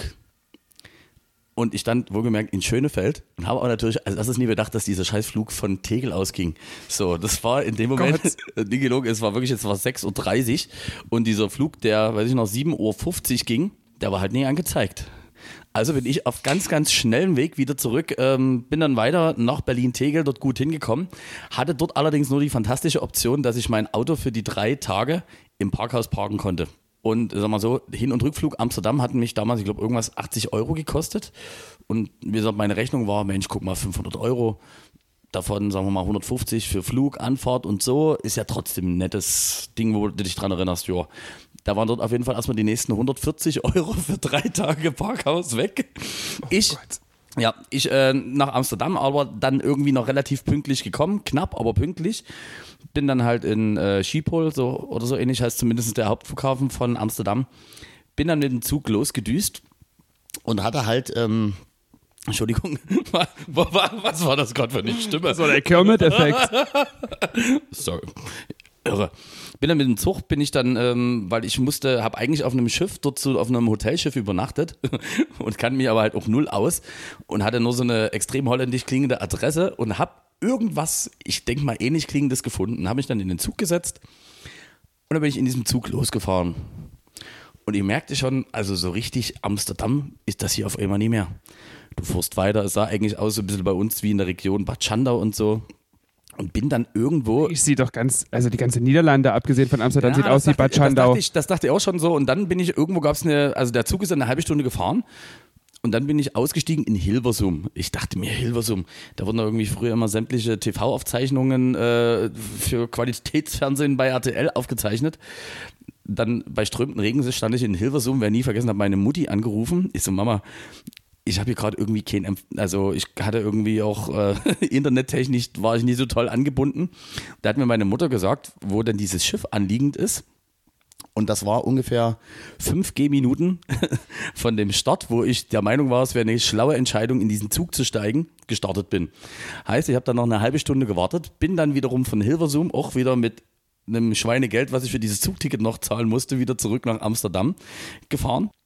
Und ich stand wohlgemerkt in Schönefeld und habe aber natürlich als erstes nie bedacht, dass dieser Scheißflug von Tegel ausging. So, das war in dem Moment, nie gelogen, es war wirklich, es war 6:30 Uhr und dieser Flug, der, weiß ich noch, 7:50 Uhr ging, der war halt nie angezeigt. Also bin ich auf ganz, ganz schnellem Weg wieder zurück, bin dann weiter nach Berlin-Tegel, dort gut hingekommen, hatte dort allerdings nur die fantastische Option, dass ich mein Auto für die 3 Tage im Parkhaus parken konnte. Und sag mal so, Hin- und Rückflug Amsterdam hatten mich damals, ich glaube, irgendwas 80 Euro gekostet. Und wie gesagt, meine Rechnung war, Mensch, guck mal, 500 Euro. Davon, sagen wir mal, 150 für Flug, Anfahrt und so. Ist ja trotzdem ein nettes Ding, wo du dich dran erinnerst. Ja. Da waren dort auf jeden Fall erstmal die nächsten 140 Euro für 3 Tage Parkhaus weg. Ich nach Amsterdam, aber dann irgendwie noch relativ pünktlich gekommen. Knapp, aber pünktlich. Bin dann halt in Schiphol oder so ähnlich, heißt zumindest der Hauptflughafen von Amsterdam. Bin dann mit dem Zug losgedüst und hatte halt, Entschuldigung, was war das gerade für eine Stimme? Das war der Kermit-Effekt. Sorry. Irre. Bin dann mit dem Zug, weil ich habe eigentlich auf einem Schiff, auf einem Hotelschiff übernachtet und kann mich aber halt auch null aus und hatte nur so eine extrem holländisch klingende Adresse und habe irgendwas, ich denke mal ähnlich klingendes gefunden, habe mich dann in den Zug gesetzt und dann bin ich in diesem Zug losgefahren. Und ich merkte schon, also so richtig Amsterdam ist das hier auf einmal nie mehr. Du fuhrst weiter, es sah eigentlich aus so ein bisschen bei uns wie in der Region Bad Schandau und so. Und bin dann irgendwo... Ich sehe doch die ganze Niederlande, abgesehen von Amsterdam, sieht aus wie Bad Schandau. Das dachte ich auch schon so. Und dann bin ich, irgendwo gab es der Zug ist eine halbe Stunde gefahren. Und dann bin ich ausgestiegen in Hilversum. Ich dachte mir, Hilversum, da wurden irgendwie früher immer sämtliche TV-Aufzeichnungen für Qualitätsfernsehen bei RTL aufgezeichnet. Dann bei strömenden Regen stand ich in Hilversum, wer nie vergessen hat, meine Mutti angerufen. Ich so, Mama, ich habe hier gerade irgendwie ich hatte irgendwie auch internettechnisch, war ich nie so toll angebunden. Da hat mir meine Mutter gesagt, wo denn dieses Schiff anliegend ist. Und das war ungefähr 5 Gehminuten von dem Start, wo ich der Meinung war, es wäre eine schlaue Entscheidung, in diesen Zug zu steigen, gestartet bin. Heißt, ich habe dann noch eine halbe Stunde gewartet, bin dann wiederum von Hilversum, auch wieder mit einem Schweinegeld, was ich für dieses Zugticket noch zahlen musste, wieder zurück nach Amsterdam gefahren.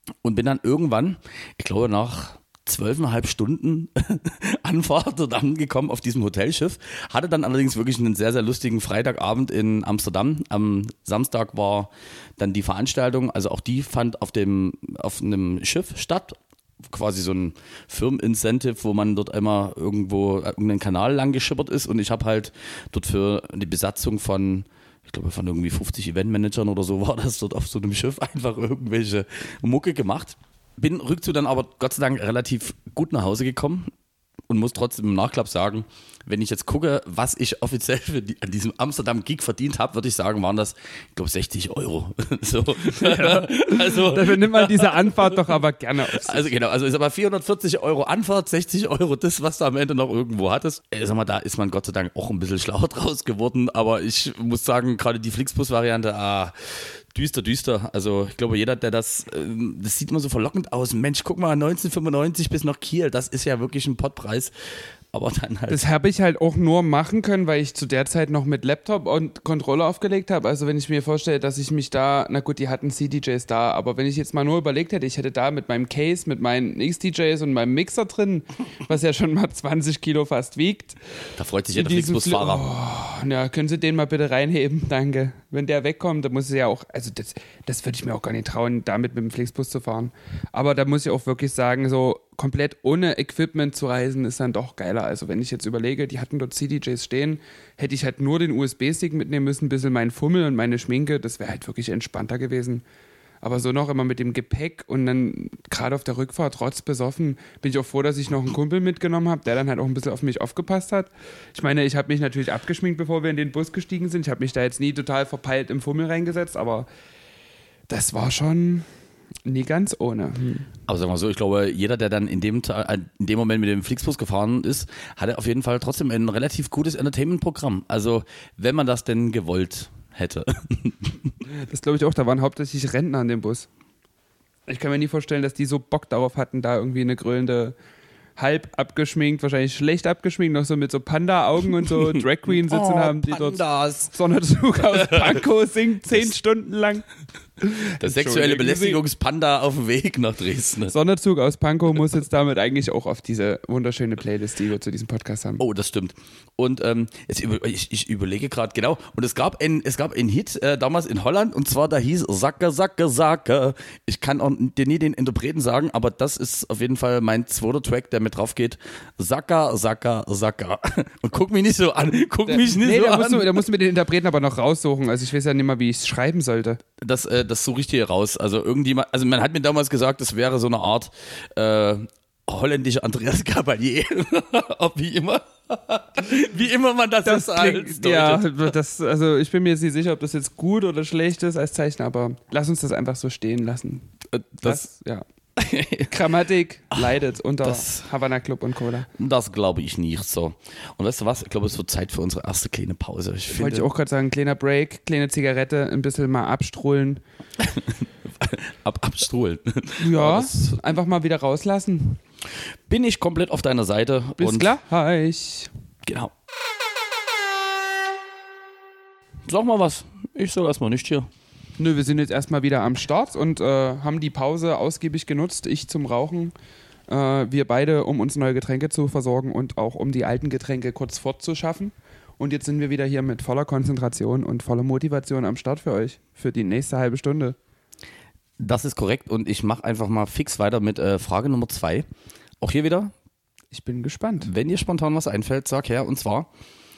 und bin dann irgendwann, ich glaube nach 12,5 Stunden Anfahrt dort angekommen auf diesem Hotelschiff. Hatte dann allerdings wirklich einen sehr, sehr lustigen Freitagabend in Amsterdam. Am Samstag war dann die Veranstaltung, also auch die fand auf einem Schiff statt. Quasi so ein Firmenincentive, wo man dort einmal irgendwo irgendeinen Kanal lang geschippert ist, und ich habe halt dort für die Besatzung von, ich glaube von irgendwie 50 Eventmanagern oder so war das dort auf so einem Schiff einfach irgendwelche Mucke gemacht. Bin rückzu dann aber Gott sei Dank relativ gut nach Hause gekommen und muss trotzdem im Nachklapp sagen, wenn ich jetzt gucke, was ich offiziell an diesem Amsterdam-Gig verdient habe, würde ich sagen, waren das, ich glaube, 60 Euro. So. Ja. Also, dafür nimmt man diese Anfahrt doch aber gerne auf sich. Also genau, also ist aber 440 Euro Anfahrt, 60 Euro das, was du am Ende noch irgendwo hattest. Sag mal, da ist man Gott sei Dank auch ein bisschen schlauer draus geworden, aber ich muss sagen, gerade die Flixbus-Variante, düster. Also ich glaube, jeder, der das sieht immer so verlockend aus. Mensch, guck mal, 1995 bis nach Kiel, das ist ja wirklich ein Pottpreis. Aber dann halt. Das habe ich halt auch nur machen können, weil ich zu der Zeit noch mit Laptop und Controller aufgelegt habe. Also wenn ich mir vorstelle, dass ich mich da, na gut, die hatten CDJs da, aber wenn ich jetzt mal nur überlegt hätte, ich hätte da mit meinem Case, mit meinen XDJs und meinem Mixer drin, was ja schon mal 20 Kilo fast wiegt. Da freut sich jeder Flixbus-Fahrer. Ja, können Sie den mal bitte reinheben? Danke. Wenn der wegkommt, dann muss ich ja auch, also das würde ich mir auch gar nicht trauen, damit mit dem Flixbus zu fahren. Aber da muss ich auch wirklich sagen, so komplett ohne Equipment zu reisen, ist dann doch geiler. Also wenn ich jetzt überlege, die hatten dort CDJs stehen, hätte ich halt nur den USB-Stick mitnehmen müssen, ein bisschen meinen Fummel und meine Schminke, das wäre halt wirklich entspannter gewesen. Aber so noch immer mit dem Gepäck und dann gerade auf der Rückfahrt trotz besoffen, bin ich auch froh, dass ich noch einen Kumpel mitgenommen habe, der dann halt auch ein bisschen auf mich aufgepasst hat. Ich meine, ich habe mich natürlich abgeschminkt, bevor wir in den Bus gestiegen sind. Ich habe mich da jetzt nie total verpeilt im Fummel reingesetzt, aber das war schon nie ganz ohne. Aber sagen wir so, ich glaube, jeder, der dann in dem Moment mit dem Flixbus gefahren ist, hatte auf jeden Fall trotzdem ein relativ gutes Entertainment-Programm. Also wenn man das denn gewollt hätte. Das glaube ich auch, da waren hauptsächlich Rentner an dem Bus. Ich kann mir nie vorstellen, dass die so Bock darauf hatten, da irgendwie eine grölende, halb abgeschminkt, wahrscheinlich schlecht abgeschminkt, noch so mit so Panda-Augen und so Drag Queen sitzen haben, die Pandas. dort Sonderzug aus Pankow singt 10 Stunden lang. Der sexuelle Belästigungspanda auf dem Weg nach Dresden. Sonderzug aus Pankow muss jetzt damit eigentlich auch auf diese wunderschöne Playlist, die wir zu diesem Podcast haben. Oh, das stimmt. Und ich überlege gerade, genau, und es gab einen Hit damals in Holland, und zwar, da hieß Sacke, Sacke, Sacke. Ich kann auch nie den Interpreten sagen, aber das ist auf jeden Fall mein zweiter Track, der mit drauf geht. Sacka, Sacka, Sacka. Und guck mich nicht so an. Da musst du mir den Interpreten aber noch raussuchen. Also ich weiß ja nicht mal, wie ich es schreiben sollte. Das suche ich dir raus. Also man hat mir damals gesagt, das wäre so eine Art holländische Andreas Gabalier. Wie immer man das ist als Deutsche. Ja, also ich bin mir jetzt nicht sicher, ob das jetzt gut oder schlecht ist als Zeichen, aber lass uns das einfach so stehen lassen. Ja. Grammatik leidet unter Havana Club und Cola. Das glaube ich nicht so. Und weißt du was? Ich glaube, es wird Zeit für unsere erste kleine Pause. Wollte ich auch gerade sagen, kleiner Break, kleine Zigarette, ein bisschen mal abstruhlen. Abstruhlen? Ja, einfach mal wieder rauslassen. Bin ich komplett auf deiner Seite. Bis gleich. Genau. Sag mal was. Ich sag erstmal nicht hier. Nö, wir sind jetzt erstmal wieder am Start und haben die Pause ausgiebig genutzt. Ich zum Rauchen, wir beide, um uns neue Getränke zu versorgen und auch um die alten Getränke kurz fortzuschaffen. Und jetzt sind wir wieder hier mit voller Konzentration und voller Motivation am Start für euch, für die nächste halbe Stunde. Das ist korrekt, und ich mache einfach mal fix weiter mit Frage Nummer 2. Auch hier wieder. Ich bin gespannt. Wenn dir spontan was einfällt, sag her. Und zwar,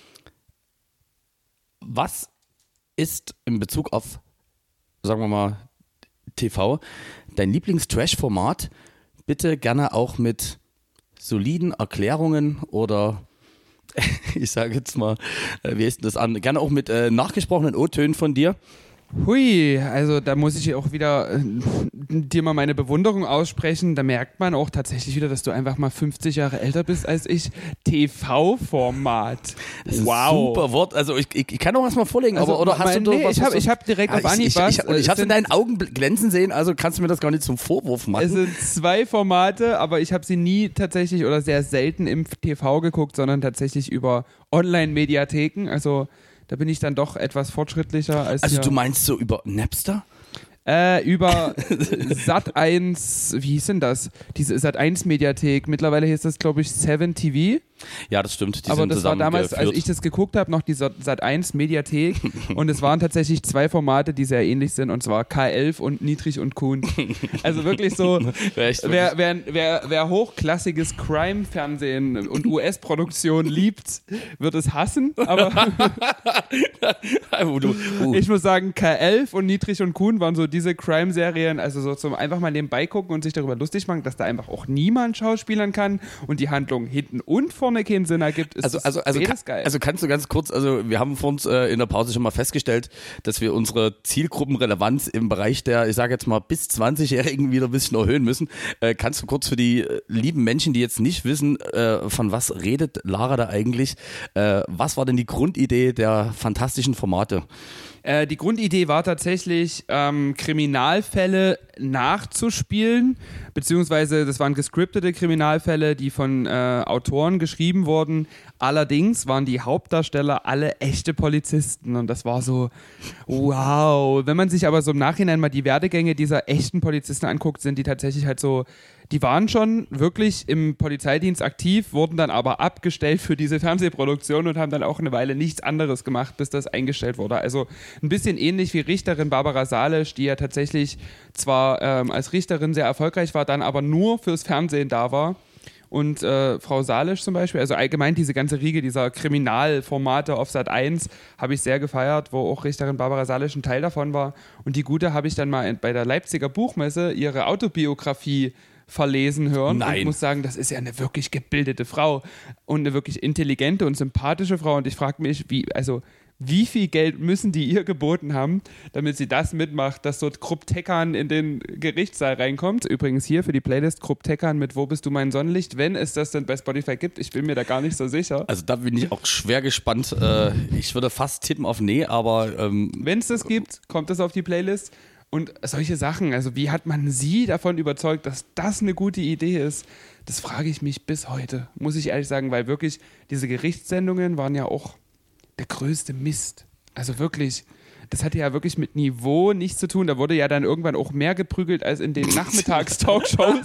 was ist in Bezug auf, sagen wir mal, TV, dein Lieblings-Trash-Format? Bitte gerne auch mit soliden Erklärungen oder ich sage jetzt mal, wie ist denn das an? Gerne auch mit nachgesprochenen O-Tönen von dir. Hui, also da muss ich auch wieder dir mal meine Bewunderung aussprechen. Da merkt man auch tatsächlich wieder, dass du einfach mal 50 Jahre älter bist als ich. TV-Format. Das ist ein super Wort. Also ich kann auch was mal vorlegen, also, aber oder hast du was? Ich habe direkt auf Anhieb was. Ich habe in deinen Augen glänzen sehen, also kannst du mir das gar nicht zum Vorwurf machen. Es sind 2 Formate, aber ich habe sie nie tatsächlich oder sehr selten im TV geguckt, sondern tatsächlich über Online-Mediatheken. Also da bin ich dann doch etwas fortschrittlicher als. Also du meinst so über Napster? Über Sat.1, wie hieß denn das? Diese Sat.1 Mediathek. Mittlerweile hieß das, glaube ich, 7 TV. Ja, das stimmt. Aber das war damals, als ich das geguckt habe, noch die Sat.1 Mediathek. Und es waren tatsächlich 2 Formate, die sehr ähnlich sind. Und zwar K11 und Niedrig und Kuhn. Also wirklich so, wer hochklassiges Crime-Fernsehen und US-Produktion liebt, wird es hassen. Aber ich muss sagen, K11 und Niedrig und Kuhn waren so diese Crime-Serien, also so zum einfach mal nebenbei gucken und sich darüber lustig machen, dass da einfach auch niemand schauspielern kann und die Handlung hinten und vorne keinen Sinn ergibt, ist geil. Also kannst du ganz kurz, also wir haben vor uns in der Pause schon mal festgestellt, dass wir unsere Zielgruppenrelevanz im Bereich der, ich sage jetzt mal, bis 20-Jährigen wieder ein bisschen erhöhen müssen. Kannst du kurz für die lieben Menschen, die jetzt nicht wissen, von was redet Lara da eigentlich, was war denn die Grundidee der fantastischen Formate? Die Grundidee war tatsächlich, Kriminalfälle nachzuspielen, beziehungsweise das waren gescriptete Kriminalfälle, die von Autoren geschrieben wurden. Allerdings waren die Hauptdarsteller alle echte Polizisten und das war so, wow. Wenn man sich aber so im Nachhinein mal die Werdegänge dieser echten Polizisten anguckt, sind die tatsächlich halt so, die waren schon wirklich im Polizeidienst aktiv, wurden dann aber abgestellt für diese Fernsehproduktion und haben dann auch eine Weile nichts anderes gemacht, bis das eingestellt wurde. Also ein bisschen ähnlich wie Richterin Barbara Salisch, die ja tatsächlich zwar als Richterin sehr erfolgreich war, dann aber nur fürs Fernsehen da war. Und Frau Salisch zum Beispiel, also allgemein diese ganze Riege dieser Kriminalformate auf Sat.1 habe ich sehr gefeiert, wo auch Richterin Barbara Salisch ein Teil davon war. Und die Gute habe ich dann mal bei der Leipziger Buchmesse ihre Autobiografie verlesen hören. Nein. Und ich muss sagen, das ist ja eine wirklich gebildete Frau und eine wirklich intelligente und sympathische Frau. Und ich frage mich, wie viel Geld müssen die ihr geboten haben, damit sie das mitmacht, dass dort Krupp Tekkan in den Gerichtssaal reinkommt. Übrigens hier für die Playlist Krupp Tekkan mit Wo bist du mein Sonnenlicht, wenn es das denn bei Spotify gibt. Ich bin mir da gar nicht so sicher. Also da bin ich auch schwer gespannt. Ich würde fast tippen auf nee, aber wenn es das gibt, kommt das auf die Playlist. Und solche Sachen, also wie hat man sie davon überzeugt, dass das eine gute Idee ist, das frage ich mich bis heute, muss ich ehrlich sagen, weil wirklich diese Gerichtssendungen waren ja auch der größte Mist. Also wirklich, das hatte ja wirklich mit Niveau nichts zu tun. Da wurde ja dann irgendwann auch mehr geprügelt als in den Nachmittagstalkshows.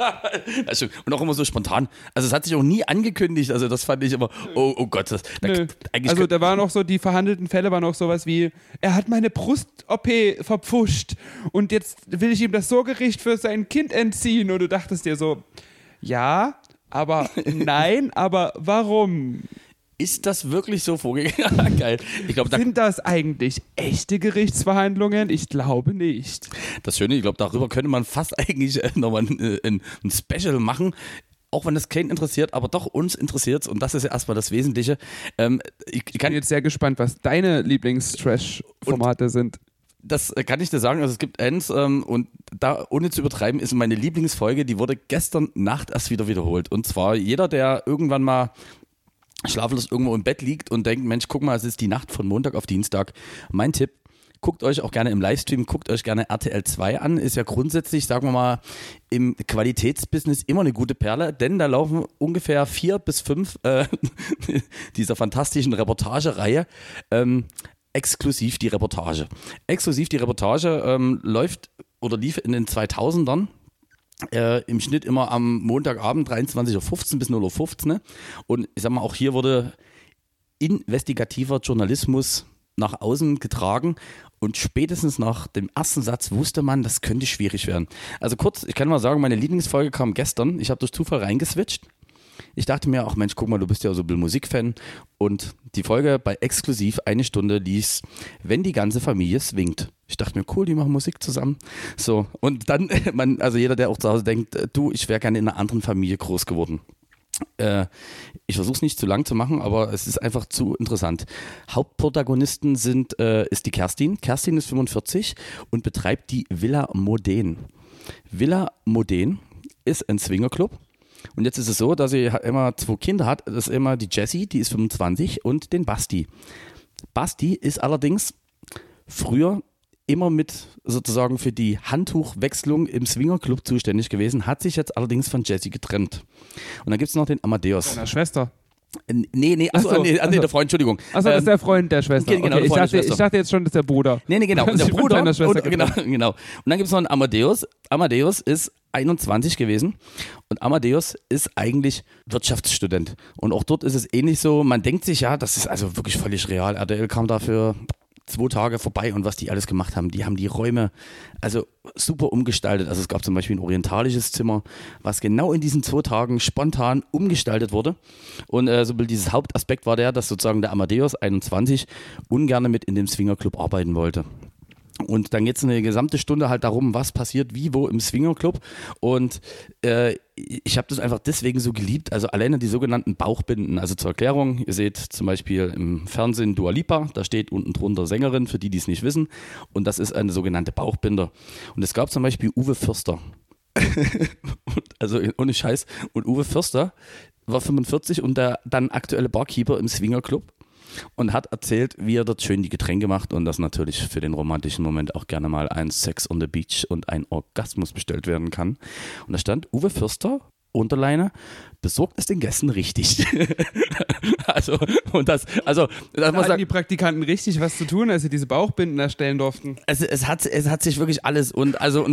Also, und auch immer so spontan. Also es hat sich auch nie angekündigt. Also das fand ich immer, oh Gott. Also da waren auch so, die verhandelten Fälle waren auch sowas wie, er hat meine Brust-OP verpfuscht und jetzt will ich ihm das Sorgerecht für sein Kind entziehen. Und du dachtest dir so, ja, aber nein, aber warum? Ist das wirklich so vorgegangen? Geil. Ich glaub, sind das eigentlich echte Gerichtsverhandlungen? Ich glaube nicht. Das Schöne, ich glaube, darüber könnte man fast eigentlich nochmal ein Special machen. Auch wenn das keinen interessiert, aber doch uns interessiert es und das ist ja erstmal das Wesentliche. Ich bin jetzt sehr gespannt, was deine Lieblings-Trash-Formate sind. Das kann ich dir sagen, also es gibt eins und da, ohne zu übertreiben, ist meine Lieblingsfolge, die wurde gestern Nacht erst wieder wiederholt. Und zwar jeder, der irgendwann mal schlaflos irgendwo im Bett liegt und denkt, Mensch, guck mal, es ist die Nacht von Montag auf Dienstag. Mein Tipp, guckt euch auch gerne im Livestream, guckt euch gerne RTL 2 an, ist ja grundsätzlich, sagen wir mal, im Qualitätsbusiness immer eine gute Perle, denn da laufen ungefähr 4 bis 5 dieser fantastischen Reportagereihe, exklusiv die Reportage. Exklusiv die Reportage läuft oder lief in den 2000ern. Im Schnitt immer am Montagabend 23.15 Uhr bis 0.15 Uhr. Und ich sag mal, auch hier wurde investigativer Journalismus nach außen getragen und spätestens nach dem ersten Satz wusste man, das könnte schwierig werden. Also kurz, ich kann mal sagen, meine Lieblingsfolge kam gestern. Ich habe durch Zufall reingeswitcht. Ich dachte mir, ach Mensch, guck mal, du bist ja so ein bisschen Musikfan. Und die Folge bei Exklusiv 1 Stunde ließ, wenn die ganze Familie swingt. Ich dachte mir, cool, die machen Musik zusammen. So, und dann, also jeder, der auch zu Hause denkt, du, ich wäre gerne in einer anderen Familie groß geworden. Ich versuche es nicht zu lang zu machen, aber es ist einfach zu interessant. Hauptprotagonisten ist die Kerstin. Kerstin ist 45 und betreibt die Villa Modene. Villa Modene ist ein Swingerclub. Und jetzt ist es so, dass sie immer 2 Kinder hat. Das ist immer die Jessie, die ist 25 und den Basti. Basti ist allerdings früher immer mit sozusagen für die Handtuchwechslung im Swingerclub zuständig gewesen, hat sich jetzt allerdings von Jessie getrennt. Und dann gibt es noch den Amadeus. Seiner Schwester. Nee, der Freund, Entschuldigung. Achso, das ist der Freund der Schwester. Genau, okay, der ich dachte jetzt schon, das ist der Bruder. Nee, genau. Und der Sie von Bruder, seiner Schwester genau. Und dann gibt es noch einen Amadeus. Amadeus ist 21 gewesen und Amadeus ist eigentlich Wirtschaftsstudent. Und auch dort ist es ähnlich so, man denkt sich, ja, das ist also wirklich völlig real. RTL kam dafür 2 Tage vorbei und was die alles gemacht haben, die haben die Räume also super umgestaltet. Also es gab zum Beispiel ein orientalisches Zimmer, was genau in diesen 2 Tagen spontan umgestaltet wurde. Und so dieses Hauptaspekt war der, dass sozusagen der Amadeus 21 ungern mit in dem Swingerclub arbeiten wollte. Und dann geht es eine gesamte Stunde halt darum, was passiert wie, wo im Swingerclub. Und ich habe das einfach deswegen so geliebt. Also alleine die sogenannten Bauchbinden. Also zur Erklärung, ihr seht zum Beispiel im Fernsehen Dua Lipa, da steht unten drunter Sängerin, für die es nicht wissen. Und das ist eine sogenannte Bauchbinder. Und es gab zum Beispiel Uwe Förster. Also ohne Scheiß. Und Uwe Förster war 45 und der dann aktuelle Barkeeper im Swingerclub. Und hat erzählt, wie er dort schön die Getränke macht und dass natürlich für den romantischen Moment auch gerne mal ein Sex on the Beach und ein Orgasmus bestellt werden kann. Und da stand Uwe Förster, Unterleine, besorgt es den Gästen richtig. Das muss hatten die Praktikanten richtig was zu tun, als sie diese Bauchbinden erstellen durften. Es hat sich wirklich alles was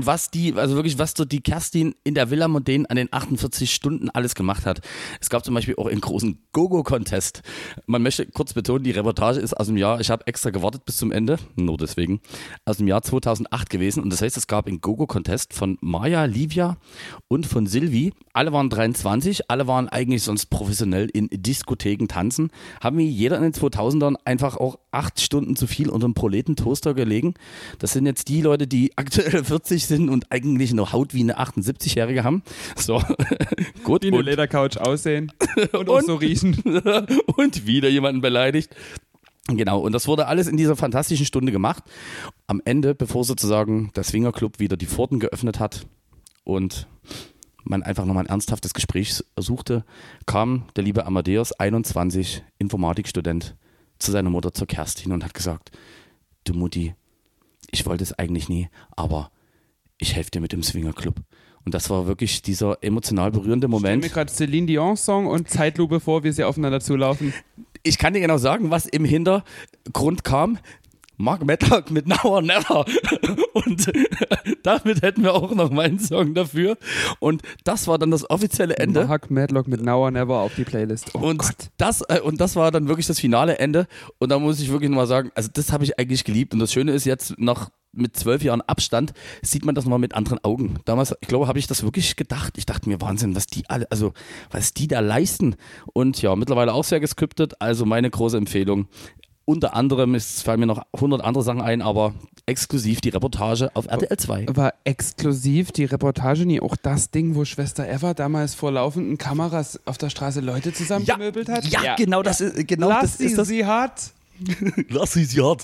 dort die Kerstin in der Villa Modern an den 48 Stunden alles gemacht hat. Es gab zum Beispiel auch einen großen Go-Go-Contest. Man möchte kurz betonen, die Reportage ist aus dem Jahr, ich habe extra gewartet bis zum Ende, nur deswegen, aus dem Jahr 2008 gewesen. Und das heißt, es gab einen Go-Go-Contest von Maja, Livia und von Silvi. Alle waren 23, alle waren eigentlich sonst professionell in Diskotheken tanzen, haben wie jeder in den 2000ern einfach auch 8 Stunden zu viel unter einem Proletentoaster gelegen. Das sind jetzt die Leute, die aktuell 40 sind und eigentlich eine Haut wie eine 78-Jährige haben. So, gut. Wie eine Ledercouch aussehen und auch so riechen. Und wieder jemanden beleidigt. Genau, und das wurde alles in dieser fantastischen Stunde gemacht. Am Ende, bevor sozusagen der Swingerclub wieder die Pforten geöffnet hat und man einfach nochmal ein ernsthaftes Gespräch suchte, kam der liebe Amadeus, 21, Informatikstudent, zu seiner Mutter, zur Kerstin und hat gesagt, du Mutti, ich wollte es eigentlich nie, aber ich helfe dir mit dem Swingerclub. Und das war wirklich dieser emotional berührende Moment. Ich stelle mir gerade Celine Dion Song und Zeitlupe vor, wie sie aufeinander zulaufen. Ich kann dir genau sagen, was im Hintergrund kam. Mark Medlock mit Now or Never. Und damit hätten wir auch noch meinen Song dafür. Und das war dann das offizielle Ende. Mark Medlock mit Now or Never auf die Playlist. Oh Gott. Das war dann wirklich das finale Ende. Und da muss ich wirklich nochmal sagen, also das habe ich eigentlich geliebt. Und das Schöne ist jetzt noch mit 12 Jahren Abstand, sieht man das mal mit anderen Augen. Damals, ich glaube, habe ich das wirklich gedacht. Ich dachte mir, Wahnsinn, was die da leisten. Und ja, mittlerweile auch sehr geskriptet. Also meine große Empfehlung. Unter anderem, es fallen mir noch 100 andere Sachen ein, aber exklusiv die Reportage auf RTL 2. War exklusiv die Reportage nie auch das Ding, wo Schwester Eva damals vor laufenden Kameras auf der Straße Leute zusammengemöbelt hat? Ja, genau, das ist genau Lass das. Ist das. Sie hat. Lass sie hat.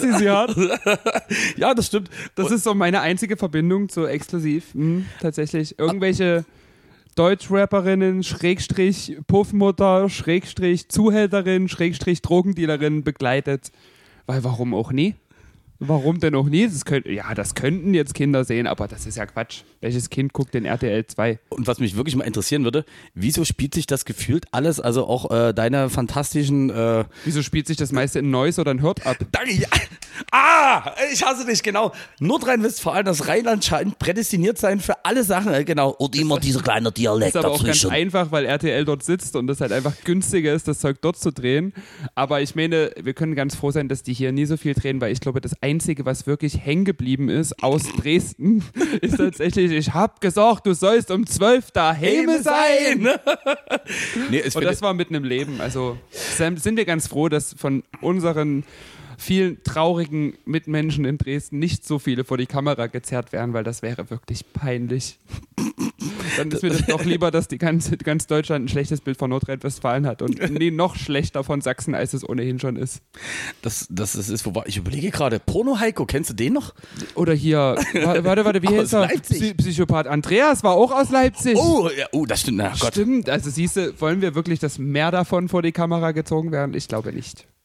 Ja, das stimmt. Das ist so meine einzige Verbindung zu exklusiv. Tatsächlich. Irgendwelche Deutschrapperinnen, Schrägstrich Puffmutter, Schrägstrich Zuhälterin, Schrägstrich Drogendealerin begleitet. Weil warum auch nie? Warum denn auch nie? Das könnten jetzt Kinder sehen, aber das ist ja Quatsch. Welches Kind guckt den RTL 2? Und was mich wirklich mal interessieren würde, wieso spielt sich das gefühlt alles, also auch deine fantastischen... Wieso spielt sich das meiste in Neuss oder in Hürth ab? Danke, ja. Ich hasse dich, genau. Nordrhein-Westfalen, das Rheinland scheint prädestiniert sein für alle Sachen, genau. Und immer dieser kleine Dialekt dazwischen. Das ist aber dazwischen. auch ganz einfach, weil RTL dort sitzt und es halt einfach günstiger ist, das Zeug dort zu drehen. Aber ich meine, wir können ganz froh sein, dass die hier nie so viel drehen, weil ich glaube, das Einzige, was wirklich hängen geblieben ist aus Dresden, ist tatsächlich, ich hab gesagt, du sollst um 12 daheim sein. Und das war mitten im Leben. Also sind wir ganz froh, dass von unseren vielen traurigen Mitmenschen in Dresden nicht so viele vor die Kamera gezerrt werden, weil das wäre wirklich peinlich. Dann ist mir das doch lieber, dass ganz Deutschland ein schlechtes Bild von Nordrhein-Westfalen hat und noch schlechter von Sachsen, als es ohnehin schon ist. Das ist, ich überlege gerade, Porno Heiko, kennst du den noch? Oder hier, warte, wie heißt er? Psychopath Andreas war auch aus Leipzig. Oh, das stimmt, na Gott. Stimmt, also siehst du, wollen wir wirklich, dass mehr davon vor die Kamera gezogen werden? Ich glaube nicht. Und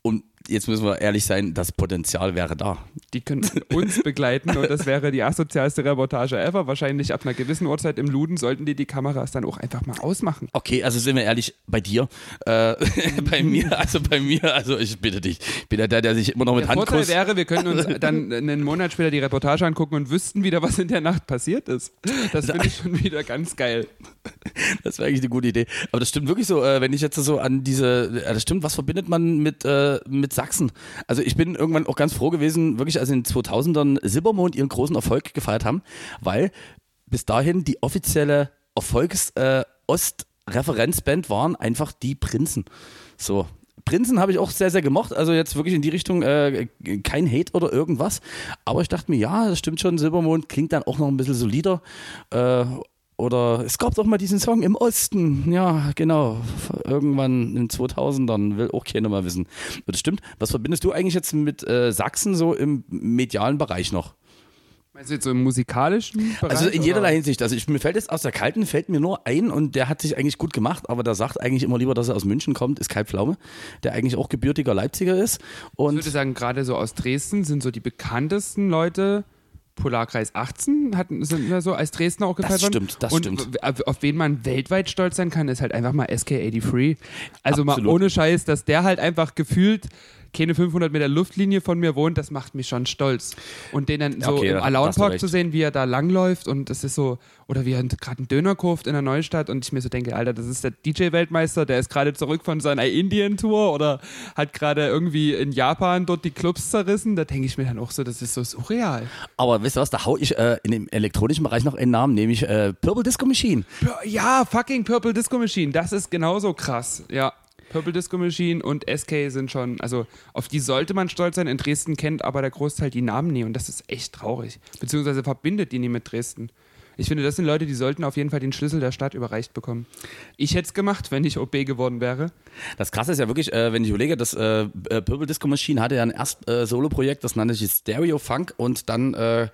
jetzt müssen wir ehrlich sein, das Potenzial wäre da. Die können uns begleiten und das wäre die asozialste Reportage ever. Wahrscheinlich ab einer gewissen Uhrzeit im Luden sollten die Kameras dann auch einfach mal ausmachen. Okay, also sind wir ehrlich, bei dir, bei mir, also ich bitte dich, ich bin ja der sich immer noch mit Handkuss... Der Vorteil wäre, wir könnten uns dann einen Monat später die Reportage angucken und wüssten wieder, was in der Nacht passiert ist. Das finde ich schon wieder ganz geil. Das wäre eigentlich eine gute Idee. Aber das stimmt wirklich so, wenn ich jetzt so an das stimmt, was verbindet man mit Sachsen? Also ich bin irgendwann auch ganz froh gewesen, wirklich als in den 2000ern Silbermond ihren großen Erfolg gefeiert haben, weil bis dahin die offizielle Ost-Referenzband waren einfach die Prinzen. So. Prinzen habe ich auch sehr, sehr gemocht, also jetzt wirklich in die Richtung kein Hate oder irgendwas, aber ich dachte mir, ja, das stimmt schon, Silbermond klingt dann auch noch ein bisschen solider, oder es gab doch mal diesen Song im Osten, ja genau, irgendwann in den 2000ern, will auch keiner mal wissen. Das stimmt, was verbindest du eigentlich jetzt mit Sachsen so im medialen Bereich noch? Meinst du jetzt so im musikalischen Bereich? Also in jederlei Hinsicht. Also mir fällt jetzt aus der Kalten, fällt mir nur ein und der hat sich eigentlich gut gemacht, aber der sagt eigentlich immer lieber, dass er aus München kommt, ist Kai Pflaume, der eigentlich auch gebürtiger Leipziger ist. Und ich würde sagen, gerade so aus Dresden sind so die bekanntesten Leute. Polarkreis 18 sind wir so als Dresdner auch gefeiert worden. Das stimmt. Auf wen man weltweit stolz sein kann, ist halt einfach mal SK83. Also Absolut. mal ohne Scheiß, dass der halt einfach gefühlt keine 500 Meter Luftlinie von mir wohnt, das macht mich schon stolz. Und den dann so im Alaun Park zu sehen, wie er da langläuft und das ist so, oder wie er gerade einen Döner kauft in der Neustadt und ich mir so denke, Alter, das ist der DJ-Weltmeister, der ist gerade zurück von seiner Indien-Tour oder hat gerade irgendwie in Japan dort die Clubs zerrissen, da denke ich mir dann auch so, das ist so surreal. Aber wisst ihr was, da hau ich in dem elektronischen Bereich noch einen Namen, nämlich Purple Disco Machine. Ja, fucking Purple Disco Machine, das ist genauso krass, ja. Purple Disco Machine und SK sind schon, also auf die sollte man stolz sein. In Dresden kennt aber der Großteil die Namen nie und das ist echt traurig. Beziehungsweise verbindet die nie mit Dresden. Ich finde, das sind Leute, die sollten auf jeden Fall den Schlüssel der Stadt überreicht bekommen. Ich hätte es gemacht, wenn ich OB geworden wäre. Das Krasse ist ja wirklich, wenn ich überlege, das Purple Disco Machine hatte ja ein Solo-Projekt, das nannte sich Stereo Funk und dann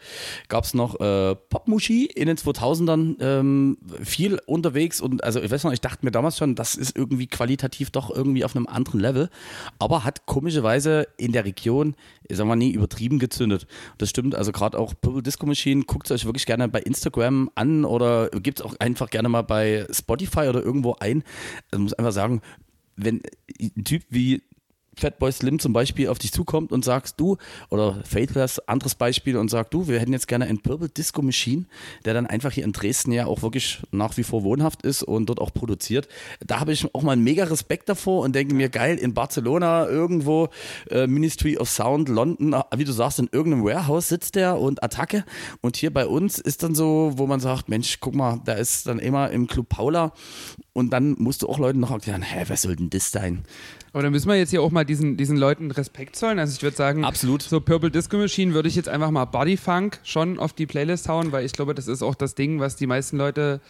gab es noch Popmuschi in den 2000ern, viel unterwegs und also ich weiß noch, ich dachte mir damals schon, das ist irgendwie qualitativ doch irgendwie auf einem anderen Level, aber hat komischerweise in der Region, sagen wir nie, übertrieben gezündet. Das stimmt, also gerade auch Purple Disco Machine, guckt es euch wirklich gerne bei Instagram an oder gebt es auch einfach gerne mal bei Spotify oder irgendwo ein. Also muss einfach sagen, wenn ein Typ wie Fatboy Slim zum Beispiel auf dich zukommt und sagst du, oder Faithless, anderes Beispiel und sagt du, wir hätten jetzt gerne einen Purple Disco Machine, der dann einfach hier in Dresden ja auch wirklich nach wie vor wohnhaft ist und dort auch produziert. Da habe ich auch mal mega Respekt davor und denke mir, geil, in Barcelona irgendwo, Ministry of Sound, London, wie du sagst, in irgendeinem Warehouse sitzt der und Attacke und hier bei uns ist dann so, wo man sagt, Mensch, guck mal, da ist dann immer im Club Paula und dann musst du auch Leuten noch erklären, hä, was soll denn das sein? Aber dann müssen wir jetzt hier auch mal diesen Leuten Respekt zollen. Also ich würde sagen, absolut. So Purple Disco Machine würde ich jetzt einfach mal Body Funk schon auf die Playlist hauen, weil ich glaube, das ist auch das Ding, was die meisten Leute,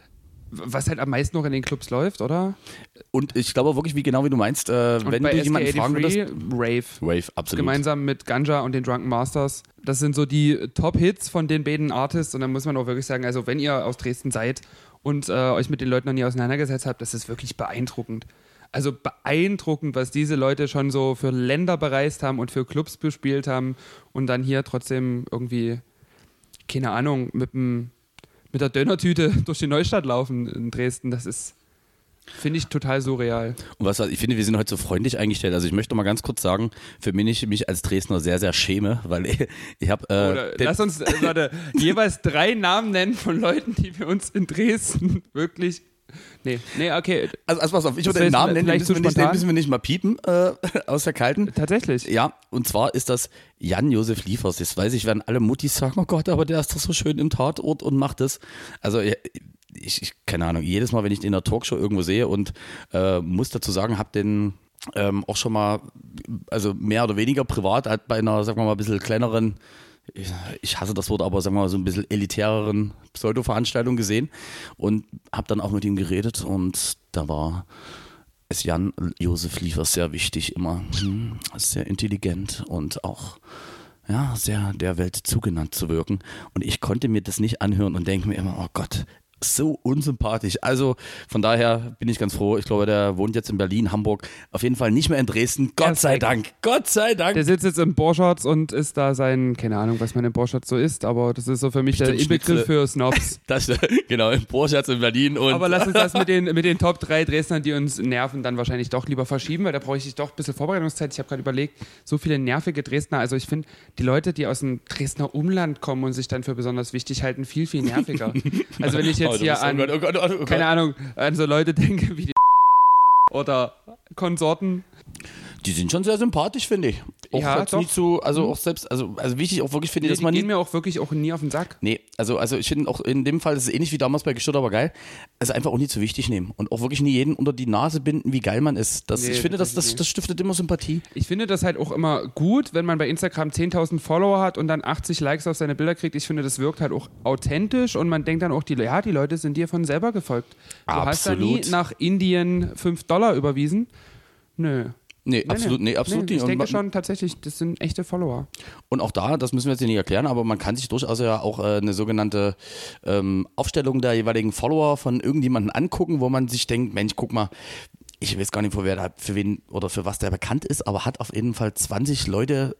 was halt am meisten noch in den Clubs läuft, oder? Und ich glaube wirklich, genau wie du meinst, wenn du jemanden fragen würdest. Rave, absolut. Gemeinsam mit Ganja und den Drunken Masters. Das sind so die Top-Hits von den beiden Artists und dann muss man auch wirklich sagen, also wenn ihr aus Dresden seid und euch mit den Leuten noch nie auseinandergesetzt habt, das ist wirklich beeindruckend. Also beeindruckend, was diese Leute schon so für Länder bereist haben und für Clubs bespielt haben und dann hier trotzdem irgendwie, keine Ahnung, mit der Dönertüte durch die Neustadt laufen in Dresden. Das ist, finde ich, total surreal. Und ich finde, wir sind heute so freundlich eingestellt. Also ich möchte mal ganz kurz sagen, für mich als Dresdner sehr, sehr schäme, weil ich habe... lass uns jeweils 3 Namen nennen von Leuten, die wir uns in Dresden wirklich... Nee, okay. Also pass auf, ich würde den Namen nennen, den müssen wir nicht mal piepen aus der Kalten. Tatsächlich? Ja, und zwar ist das Jan-Josef Liefers. Jetzt weiß ich, werden alle Muttis sagen, oh Gott, aber der ist doch so schön im Tatort und macht das. Also ich keine Ahnung, jedes Mal, wenn ich den in der Talkshow irgendwo sehe und muss dazu sagen, habe den auch schon mal, also mehr oder weniger privat, halt bei einer, sagen wir mal, ein bisschen kleineren, ich hasse das Wort, aber sagen wir mal so ein bisschen elitäreren Pseudo-Veranstaltung gesehen und habe dann auch mit ihm geredet und da war es Jan-Josef Liefers sehr wichtig immer, sehr intelligent und auch sehr der Welt zugewandt zu wirken und ich konnte mir das nicht anhören und denke mir immer, oh Gott, so unsympathisch. Also von daher bin ich ganz froh. Ich glaube, der wohnt jetzt in Berlin, Hamburg. Auf jeden Fall nicht mehr in Dresden. Gott sei Dank. Gott sei Dank. Der sitzt jetzt im Borchards und ist da sein, keine Ahnung, was man im Borchards so isst, aber das ist so für mich der Inbegriff für Snobs. Genau, im Borchards in Berlin. Und aber lass uns das mit den Top 3 Dresdnern, die uns nerven, dann wahrscheinlich doch lieber verschieben, weil da brauche ich doch ein bisschen Vorbereitungszeit. Ich habe gerade überlegt, so viele nervige Dresdner. Also ich finde, die Leute, die aus dem Dresdner Umland kommen und sich dann für besonders wichtig halten, viel, viel nerviger. Also wenn ich jetzt hier an, keine Ahnung, an so Leute denke wie die oder Konsorten. Die sind schon sehr sympathisch, finde ich. Auch ja, doch. Nie zu, also auch selbst, also wichtig auch wirklich finde ich, dass man die gehen mir auch wirklich auch nie auf den Sack. Nee, also ich finde auch in dem Fall, das ist ähnlich wie damals bei Gestört, aber geil, also einfach auch nie zu wichtig nehmen und auch wirklich nie jeden unter die Nase binden, wie geil man ist. Ich finde, das stiftet immer Sympathie. Ich finde das halt auch immer gut, wenn man bei Instagram 10.000 Follower hat und dann 80 Likes auf seine Bilder kriegt. Ich finde, das wirkt halt auch authentisch und man denkt dann auch, die Leute sind dir von selber gefolgt. Du hast da nie nach Indien $5 überwiesen. Nö. Nee, absolut nicht. Ich denke schon tatsächlich, das sind echte Follower. Und auch da, das müssen wir jetzt hier nicht erklären, aber man kann sich durchaus ja auch eine sogenannte Aufstellung der jeweiligen Follower von irgendjemandem angucken, wo man sich denkt, Mensch, guck mal, ich weiß gar nicht, für wen oder für was der bekannt ist, aber hat auf jeden Fall 20 Leute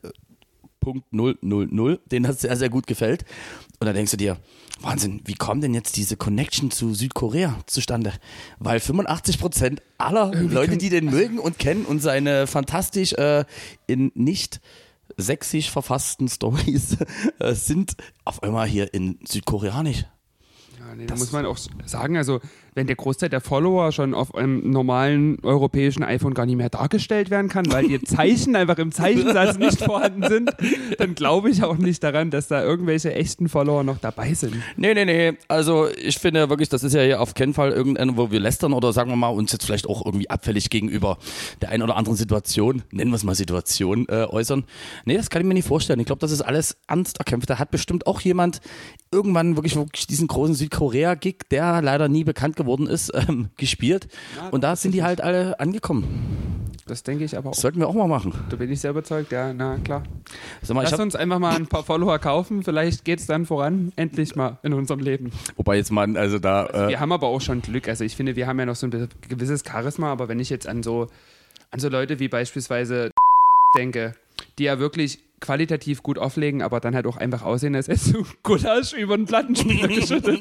.000, denen das sehr, sehr gut gefällt. Und dann denkst du dir, Wahnsinn, wie kommt denn jetzt diese Connection zu Südkorea zustande? Weil 85% aller Leute, die den mögen und kennen und seine fantastisch in nicht sächsisch verfassten Stories sind auf einmal hier in Südkoreanisch. Ja, nee, da muss man auch sagen, also wenn der Großteil der Follower schon auf einem normalen europäischen iPhone gar nicht mehr dargestellt werden kann, weil die Zeichen einfach im Zeichensatz nicht vorhanden sind, dann glaube ich auch nicht daran, dass da irgendwelche echten Follower noch dabei sind. Nee. Also ich finde wirklich, das ist ja hier auf keinen Fall irgendeine, wo wir lästern oder sagen wir mal uns jetzt vielleicht auch irgendwie abfällig gegenüber der einen oder anderen Situation, nennen wir es mal Situation, äußern. Nee, das kann ich mir nicht vorstellen. Ich glaube, das ist alles ernst erkämpft. Da hat bestimmt auch jemand irgendwann wirklich diesen großen Südkorea-Gig, der leider nie bekannt geworden ist, gespielt. Ja, und da sind die halt alle angekommen. Das denke ich aber auch. Das sollten wir auch mal machen. Da bin ich sehr überzeugt, ja, na klar. Sag mal, Lass uns einfach mal ein paar Follower kaufen, vielleicht geht es dann voran, endlich mal in unserem Leben. Wobei jetzt mal, also da... wir haben aber auch schon Glück, also ich finde, wir haben ja noch so ein gewisses Charisma, aber wenn ich jetzt an so Leute wie beispielsweise denke, die ja wirklich qualitativ gut auflegen, aber dann halt auch einfach aussehen, als hättest du Gulasch über einen Plattenspieler geschüttet.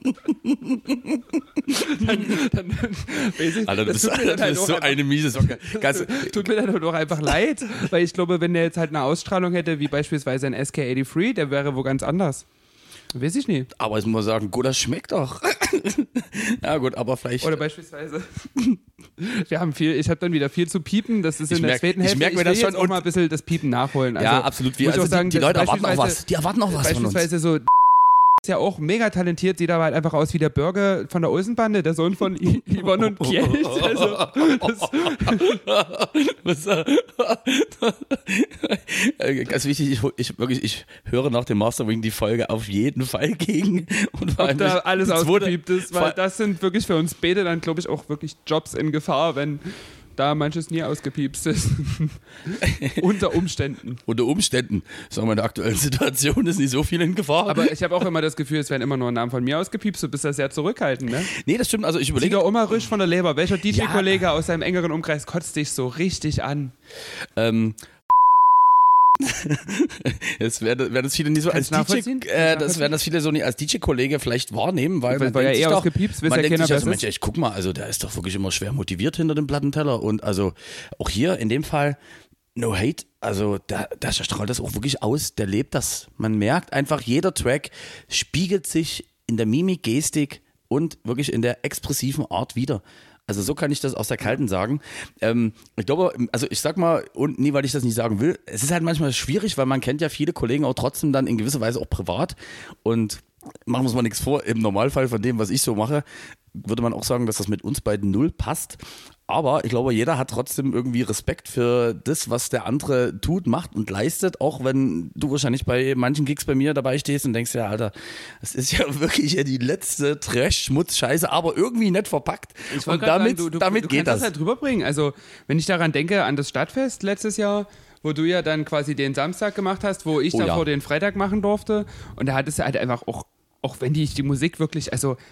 dann weiß ich, Alter, du bist so eine miese Socke. Tut mir dann doch einfach leid, weil ich glaube, wenn der jetzt halt eine Ausstrahlung hätte, wie beispielsweise ein SK83, der wäre wo ganz anders. Weiß ich nicht. Aber ich muss sagen, Gulasch schmeckt doch. Ja gut, aber vielleicht... Oder beispielsweise, wir haben ich habe dann wieder viel zu piepen, das ist in der zweiten Hälfte. Ich merke mir das schon. Auch mal ein bisschen das Piepen nachholen. Also, ja, absolut. Muss ich auch sagen, die Leute erwarten auch was. Die erwarten auch was von uns. Beispielsweise so... ist ja auch mega talentiert, sieht aber halt einfach aus wie der Bürger von der Olsenbande, der Sohn von Yvonne und Kjeld. Also, ganz wichtig, ich höre nach dem Mastering die Folge auf jeden Fall gegen. Und ob da alles ausgepiept ist, weil das sind wirklich für uns beide dann, glaube ich, auch wirklich Jobs in Gefahr, wenn da manches nie ausgepiepst ist. Unter Umständen. Unter Umständen. Sagen wir, in der aktuellen Situation ist nicht so viel in Gefahr. Aber ich habe auch immer das Gefühl, es werden immer nur Namen von mir ausgepiepst. Du bist da sehr zurückhaltend, ne? Nee, das stimmt. Also ich überlege... Sieger Oma Rüsch von der Leber. Welcher DJ-Kollege aus seinem engeren Umkreis kotzt dich so richtig an? Jetzt werden das viele nicht so als DJ, werden das viele so nicht als DJ-Kollege vielleicht wahrnehmen, weil man ja denkt eher sich ausgepiepst, man denkt sich also, Mensch, ich guck mal, also der ist doch wirklich immer schwer motiviert hinter dem Plattenteller und also auch hier in dem Fall no hate, also da strahlt das auch wirklich aus, der lebt das. Man merkt einfach, jeder Track spiegelt sich in der Mimik, Gestik und wirklich in der expressiven Art wider. Also so kann ich das aus der Kalten sagen. Ich glaube, also ich sag mal, und nie, weil ich das nicht sagen will, es ist halt manchmal schwierig, weil man kennt ja viele Kollegen auch trotzdem dann in gewisser Weise auch privat und machen wir uns mal nichts vor, im Normalfall von dem, was ich so mache, würde man auch sagen, dass das mit uns beiden null passt. Aber ich glaube, jeder hat trotzdem irgendwie Respekt für das, was der andere tut, macht und leistet, auch wenn du wahrscheinlich bei manchen Gigs bei mir dabei stehst und denkst, ja, Alter, das ist ja wirklich die letzte Trash-Schmutz-Scheiße, aber irgendwie nett verpackt. Und damit, damit geht das. Du kannst das halt rüberbringen. Also, wenn ich daran denke, an das Stadtfest letztes Jahr, wo du ja dann quasi den Samstag gemacht hast, wo ich davor den Freitag machen durfte und da hattest du halt einfach auch wenn die Musik wirklich, also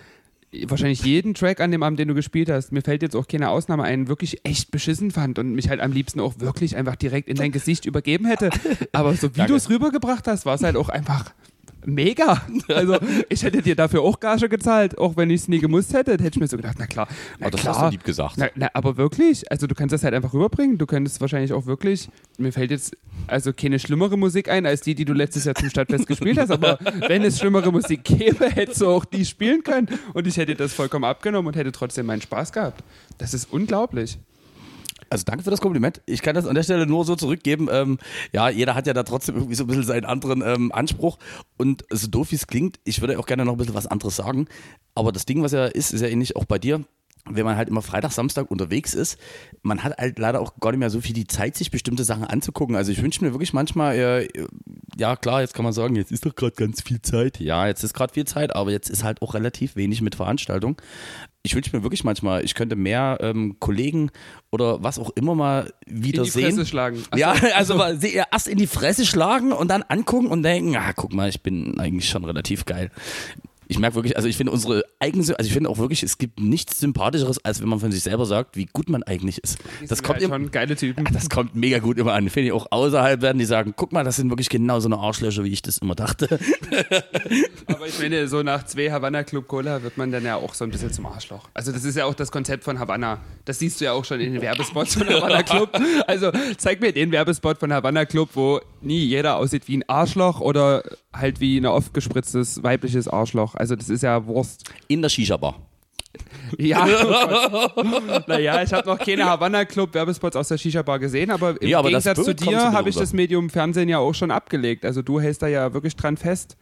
wahrscheinlich jeden Track an dem Abend, den du gespielt hast, mir fällt jetzt auch keine Ausnahme ein, wirklich echt beschissen fand und mich halt am liebsten auch wirklich einfach direkt in dein Gesicht übergeben hätte. Aber so wie du es rübergebracht hast, war es halt auch einfach mega. Also ich hätte dir dafür auch Gage gezahlt, auch wenn ich es nie gemusst hätte. Hätte ich mir so gedacht, na klar. Aber das hast du lieb gesagt. Aber wirklich, also du kannst das halt einfach rüberbringen. Du könntest wahrscheinlich auch wirklich, mir fällt jetzt also keine schlimmere Musik ein, als die du letztes Jahr zum Stadtfest gespielt hast, aber wenn es schlimmere Musik gäbe, hättest du auch die spielen können und ich hätte das vollkommen abgenommen und hätte trotzdem meinen Spaß gehabt. Das ist unglaublich. Also danke für das Kompliment. Ich kann das an der Stelle nur so zurückgeben. Ja, jeder hat ja da trotzdem irgendwie so ein bisschen seinen anderen Anspruch. Und so doof wie es klingt, ich würde auch gerne noch ein bisschen was anderes sagen. Aber das Ding, was ja ist ja ähnlich auch bei dir. Wenn man halt immer Freitag, Samstag unterwegs ist, man hat halt leider auch gar nicht mehr so viel die Zeit, sich bestimmte Sachen anzugucken. Also ich wünsche mir wirklich manchmal, ja klar, jetzt kann man sagen, jetzt ist doch gerade ganz viel Zeit. Ja, jetzt ist gerade viel Zeit, aber jetzt ist halt auch relativ wenig mit Veranstaltung. Ich wünsche mir wirklich manchmal, ich könnte mehr Kollegen oder was auch immer mal wieder sehen. In die Fresse schlagen. Achso. Ja, also erst in die Fresse schlagen und dann angucken und denken, guck mal, ich bin eigentlich schon relativ geil. Ich merke wirklich, also ich finde ich finde auch wirklich, es gibt nichts Sympathischeres, als wenn man von sich selber sagt, wie gut man eigentlich ist. Das kommt schon geile Typen. Das kommt mega gut immer an. Finde ich auch außerhalb werden, die sagen, guck mal, das sind wirklich genau so eine Arschlöcher, wie ich das immer dachte. Aber ich meine, so nach 2 Havanna Club Cola wird man dann ja auch so ein bisschen zum Arschloch. Also das ist ja auch das Konzept von Havanna. Das siehst du ja auch schon in den Werbespots von Havanna Club. Also zeig mir den Werbespot von Havanna Club, wo nie jeder aussieht wie ein Arschloch oder halt wie ein aufgespritztes weibliches Arschloch. Also das ist ja Wurst. In der Shisha-Bar. Ja, naja, ich habe noch keine Havanna Club Werbespots aus der Shisha-Bar gesehen, aber im Gegensatz zu dir habe ich das Medium Fernsehen ja auch schon abgelegt. Also du hältst da ja wirklich dran fest.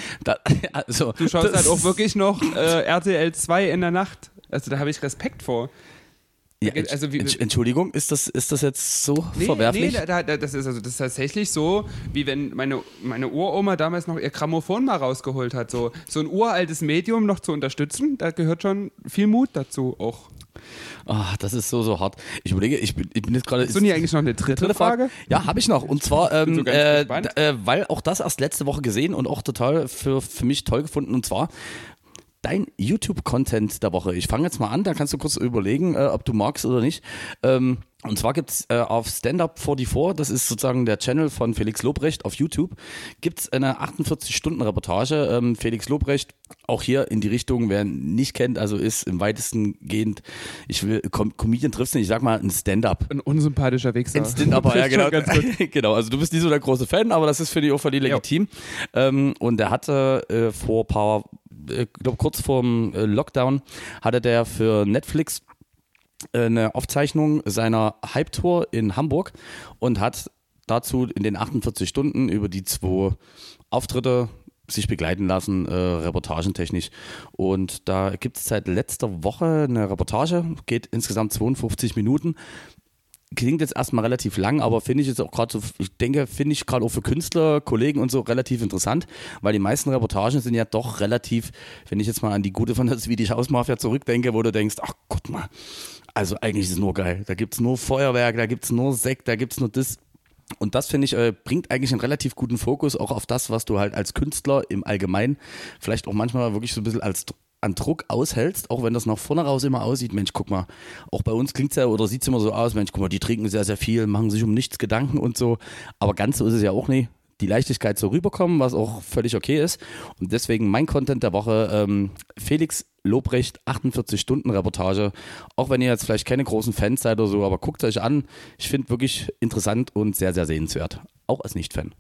Du schaust halt auch wirklich noch RTL 2 in der Nacht. Also da habe ich Respekt vor. Ja, also Entschuldigung, ist das jetzt so verwerflich? Nee, das ist tatsächlich so, wie wenn meine Uroma damals noch ihr Grammophon mal rausgeholt hat. So ein uraltes Medium noch zu unterstützen, da gehört schon viel Mut dazu auch. Ach, das ist so hart. Ich überlege, ich bin jetzt gerade... Hast du nie eigentlich noch eine dritte Frage? Ja, habe ich noch. Und zwar, weil auch das erst letzte Woche gesehen und auch total für mich toll gefunden. Und zwar... Dein YouTube-Content der Woche. Ich fange jetzt mal an, da kannst du kurz überlegen, ob du magst oder nicht. Und zwar gibt es auf Stand-Up 44, das ist sozusagen der Channel von Felix Lobrecht auf YouTube, gibt es eine 48-Stunden-Reportage. Felix Lobrecht, auch hier in die Richtung, wer ihn nicht kennt, also ist im weitesten gehend, Comedian trifft es nicht, ich sag mal ein Stand-Up. Ein unsympathischer Wichser. Ein Stand-Up, ja genau. Genau, also du bist nicht so der große Fan, aber das ist für dich auch völlig legitim. Und er hatte vor ein paar ich glaube kurz vorm Lockdown hatte der für Netflix eine Aufzeichnung seiner Hype-Tour in Hamburg und hat dazu in den 48 Stunden über die 2 Auftritte sich begleiten lassen, reportagentechnisch. Und da gibt es seit letzter Woche eine Reportage, geht insgesamt 52 Minuten. Klingt jetzt erstmal relativ lang, aber finde ich jetzt auch gerade so, finde ich gerade auch für Künstler, Kollegen und so relativ interessant, weil die meisten Reportagen sind ja doch relativ, wenn ich jetzt mal an die gute von der Swedish House Mafia zurückdenke, wo du denkst, ach guck mal, also eigentlich ist es nur geil, da gibt es nur Feuerwerk, da gibt es nur Sekt, da gibt es nur das. Und das, finde ich, bringt eigentlich einen relativ guten Fokus auch auf das, was du halt als Künstler im Allgemeinen vielleicht auch manchmal wirklich so ein bisschen an Druck aushältst, auch wenn das nach vorne raus immer aussieht, Mensch, guck mal, auch bei uns klingt es ja oder sieht es immer so aus, Mensch, guck mal, die trinken sehr, sehr viel, machen sich um nichts Gedanken und so, aber ganz so ist es ja auch nicht. Die Leichtigkeit so rüberkommen, was auch völlig okay ist und deswegen mein Content der Woche, Felix Lobrecht, 48-Stunden-Reportage, auch wenn ihr jetzt vielleicht keine großen Fans seid oder so, aber guckt euch an, ich finde wirklich interessant und sehr, sehr sehenswert, auch als Nicht-Fan.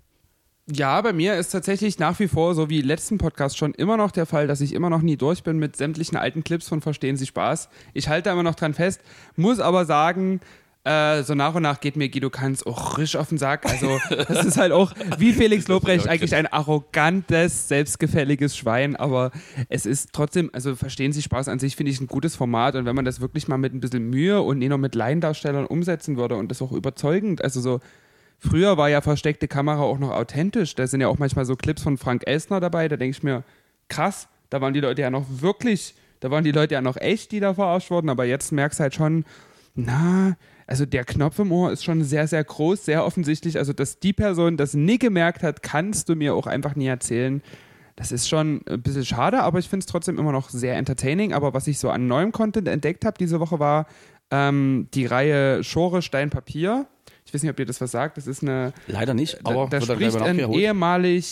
Ja, bei mir ist tatsächlich nach wie vor, so wie letzten Podcast schon immer noch der Fall, dass ich immer noch nie durch bin mit sämtlichen alten Clips von Verstehen Sie Spaß. Ich halte da immer noch dran fest, muss aber sagen, so nach und nach geht mir Guido Kanz auch risch auf den Sack. Also das ist halt auch, wie Felix Lobrecht, eigentlich ein arrogantes, selbstgefälliges Schwein, aber es ist trotzdem, also Verstehen Sie Spaß an sich, finde ich ein gutes Format und wenn man das wirklich mal mit ein bisschen Mühe und nicht nur mit Laiendarstellern umsetzen würde und das auch überzeugend, also so früher war ja versteckte Kamera auch noch authentisch. Da sind ja auch manchmal so Clips von Frank Elstner dabei. Da denke ich mir, krass, da waren die Leute ja noch wirklich, da waren die Leute ja noch echt, die da verarscht wurden. Aber jetzt merkst du halt schon, also der Knopf im Ohr ist schon sehr, sehr groß, sehr offensichtlich. Also, dass die Person das nie gemerkt hat, kannst du mir auch einfach nie erzählen. das ist schon ein bisschen schade, aber ich finde es trotzdem immer noch sehr entertaining. Aber was ich so an neuem Content entdeckt habe diese Woche war die Reihe Schere, Stein, Papier. Ich weiß nicht, ob ihr das was sagt. Das ist eine... Leider nicht, aber da spricht ein ehemalig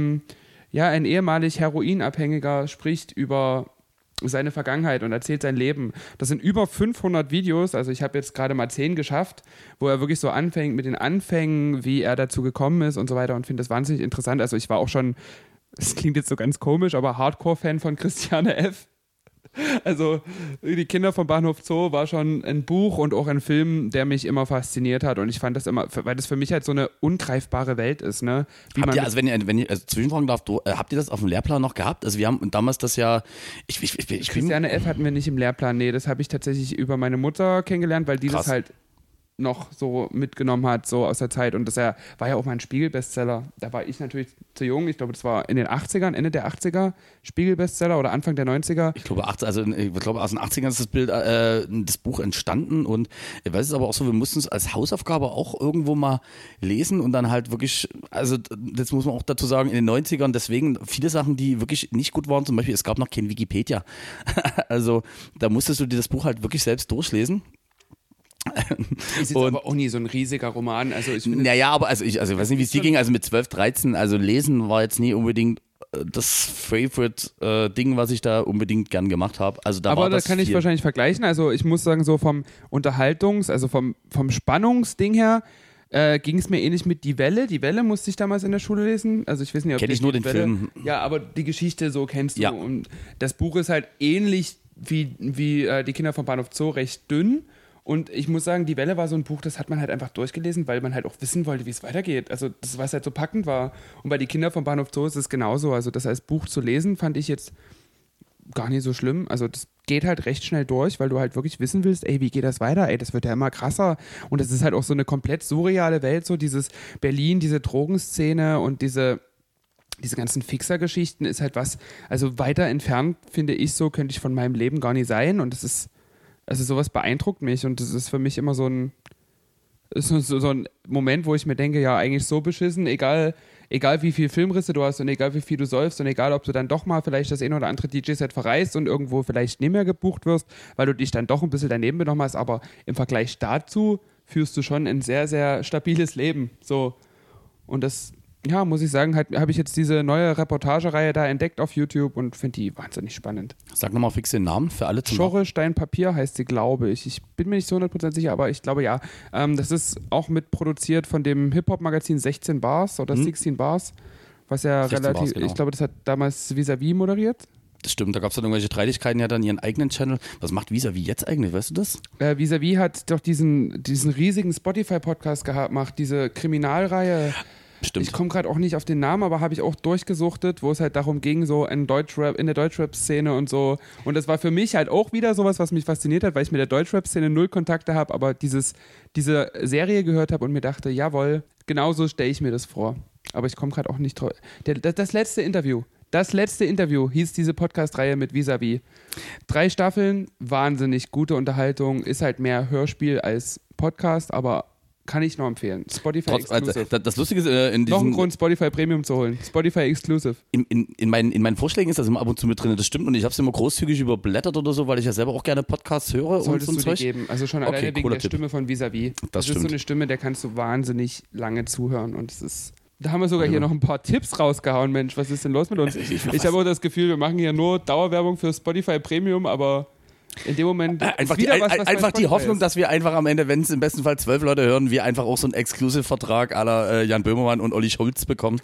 Heroinabhängiger spricht über seine Vergangenheit und erzählt sein Leben. Das sind über 500 Videos, also ich habe jetzt gerade mal 10 geschafft, wo er wirklich so anfängt mit den Anfängen, wie er dazu gekommen ist und so weiter und finde das wahnsinnig interessant. Also ich war auch schon, es klingt jetzt so ganz komisch, aber Hardcore-Fan von Christiane F. Also die Kinder vom Bahnhof Zoo war schon ein Buch und auch ein Film, der mich immer fasziniert hat und ich fand das immer, weil das für mich halt so eine ungreifbare Welt ist, ne? Habt ihr, also wenn ich zwischenfragen darf, habt ihr das auf dem Lehrplan noch gehabt? Also wir haben damals das ja, Christiane F. hatten wir nicht im Lehrplan, nee, das habe ich tatsächlich über meine Mutter kennengelernt, weil die das halt noch so mitgenommen hat, so aus der Zeit. Und das war ja auch mal ein Spiegel-Bestseller. Da war ich natürlich zu jung. Ich glaube, das war in den 80ern, Ende der 80er, Spiegel-Bestseller oder Anfang der 90er. Ich glaube, aus den 80ern ist das Buch entstanden und ich weiß es aber auch so, wir mussten es als Hausaufgabe auch irgendwo mal lesen und dann halt wirklich, also das muss man auch dazu sagen, in den 90ern, deswegen viele Sachen, die wirklich nicht gut waren, zum Beispiel, es gab noch kein Wikipedia. Also da musstest du dir das Buch halt wirklich selbst durchlesen. Ist jetzt aber auch nie so ein riesiger Roman. Also ich finde, naja, aber ich weiß nicht, wie es dir ging, also mit 12, 13, also lesen war jetzt nie unbedingt das Favorite Ding, was ich da unbedingt gern gemacht habe. Also aber da kann ich wahrscheinlich vergleichen. Also ich muss sagen, so vom also vom Spannungsding her, ging es mir ähnlich mit Die Welle. Die Welle musste ich damals in der Schule lesen. Also ich weiß nicht, ob kenn ich nur den Film. Ja, aber die Geschichte so kennst du. Ja. Und das Buch ist halt ähnlich wie die Kinder vom Bahnhof Zoo, recht dünn. Und ich muss sagen, Die Welle war so ein Buch, das hat man halt einfach durchgelesen, weil man halt auch wissen wollte, wie es weitergeht. Also das, was halt so packend war. Und bei Die Kinder vom Bahnhof Zoo ist es genauso. Also das als Buch zu lesen, fand ich jetzt gar nicht so schlimm. Also das geht halt recht schnell durch, weil du halt wirklich wissen willst, ey, wie geht das weiter? Ey, das wird ja immer krasser. Und das ist halt auch so eine komplett surreale Welt, so dieses Berlin, diese Drogenszene und diese ganzen Fixer-Geschichten ist halt was, also weiter entfernt, finde ich so, könnte ich von meinem Leben gar nicht sein. Und das ist, also sowas beeindruckt mich und das ist für mich immer so ein Moment, wo ich mir denke, ja, eigentlich so beschissen, egal wie viel Filmrisse du hast und egal wie viel du säufst und egal, ob du dann doch mal vielleicht das ein oder andere DJ-Set verreist und irgendwo vielleicht nicht mehr gebucht wirst, weil du dich dann doch ein bisschen daneben benommen hast, aber im Vergleich dazu führst du schon ein sehr, sehr stabiles Leben. So. Und das, ja, muss ich sagen, habe ich jetzt diese neue Reportagereihe da entdeckt auf YouTube und finde die wahnsinnig spannend. Sag nochmal fix den Namen für alle zum Schere, Stein, Papier heißt sie, glaube ich. Ich bin mir nicht so 100% sicher, aber ich glaube ja. Das ist auch mitproduziert von dem Hip-Hop-Magazin 16 Bars oder 16 Bars, was ja relativ, Bars, genau. Ich glaube, das hat damals Vis-a-Vis moderiert. Das stimmt, da gab es dann irgendwelche Streitigkeiten, ja dann ihren eigenen Channel. Was macht Vis-a-Vis jetzt eigentlich, weißt du das? Vis-a-Vis hat doch diesen riesigen Spotify-Podcast gemacht, diese Kriminalreihe. Stimmt. Ich komme gerade auch nicht auf den Namen, aber habe ich auch durchgesuchtet, wo es halt darum ging, so in der Deutschrap-Szene und so. Und das war für mich halt auch wieder sowas, was mich fasziniert hat, weil ich mit der Deutschrap-Szene null Kontakte habe, aber diese Serie gehört habe und mir dachte, jawohl, genauso stelle ich mir das vor. Aber ich komme gerade auch nicht drauf. Das letzte Interview hieß diese Podcast-Reihe mit Vis-a-Vis. 3 Staffeln, wahnsinnig gute Unterhaltung, ist halt mehr Hörspiel als Podcast, aber kann ich nur empfehlen. Spotify Exclusive. Das Lustige ist, noch ein Grund, Spotify Premium zu holen. Spotify Exclusive. In meinen Vorschlägen ist das immer ab und zu mit drin, das stimmt. Und ich habe es immer großzügig überblättert oder so, weil ich ja selber auch gerne Podcasts höre. Solltest und so du dir geben. Also schon alleine wegen der Stimme von Vis-a-Vis. Das ist so eine Stimme, der kannst du wahnsinnig lange zuhören. Und es ist... Da haben wir sogar hier noch ein paar Tipps rausgehauen, Mensch. Was ist denn los mit uns? Ich habe auch das Gefühl, wir machen hier nur Dauerwerbung für Spotify Premium, aber... In dem Moment einfach die Hoffnung, dass wir einfach am Ende, wenn es im besten Fall 12 Leute hören, wir einfach auch so einen Exclusive-Vertrag à la Jan Böhmermann und Olli Schulz bekommen.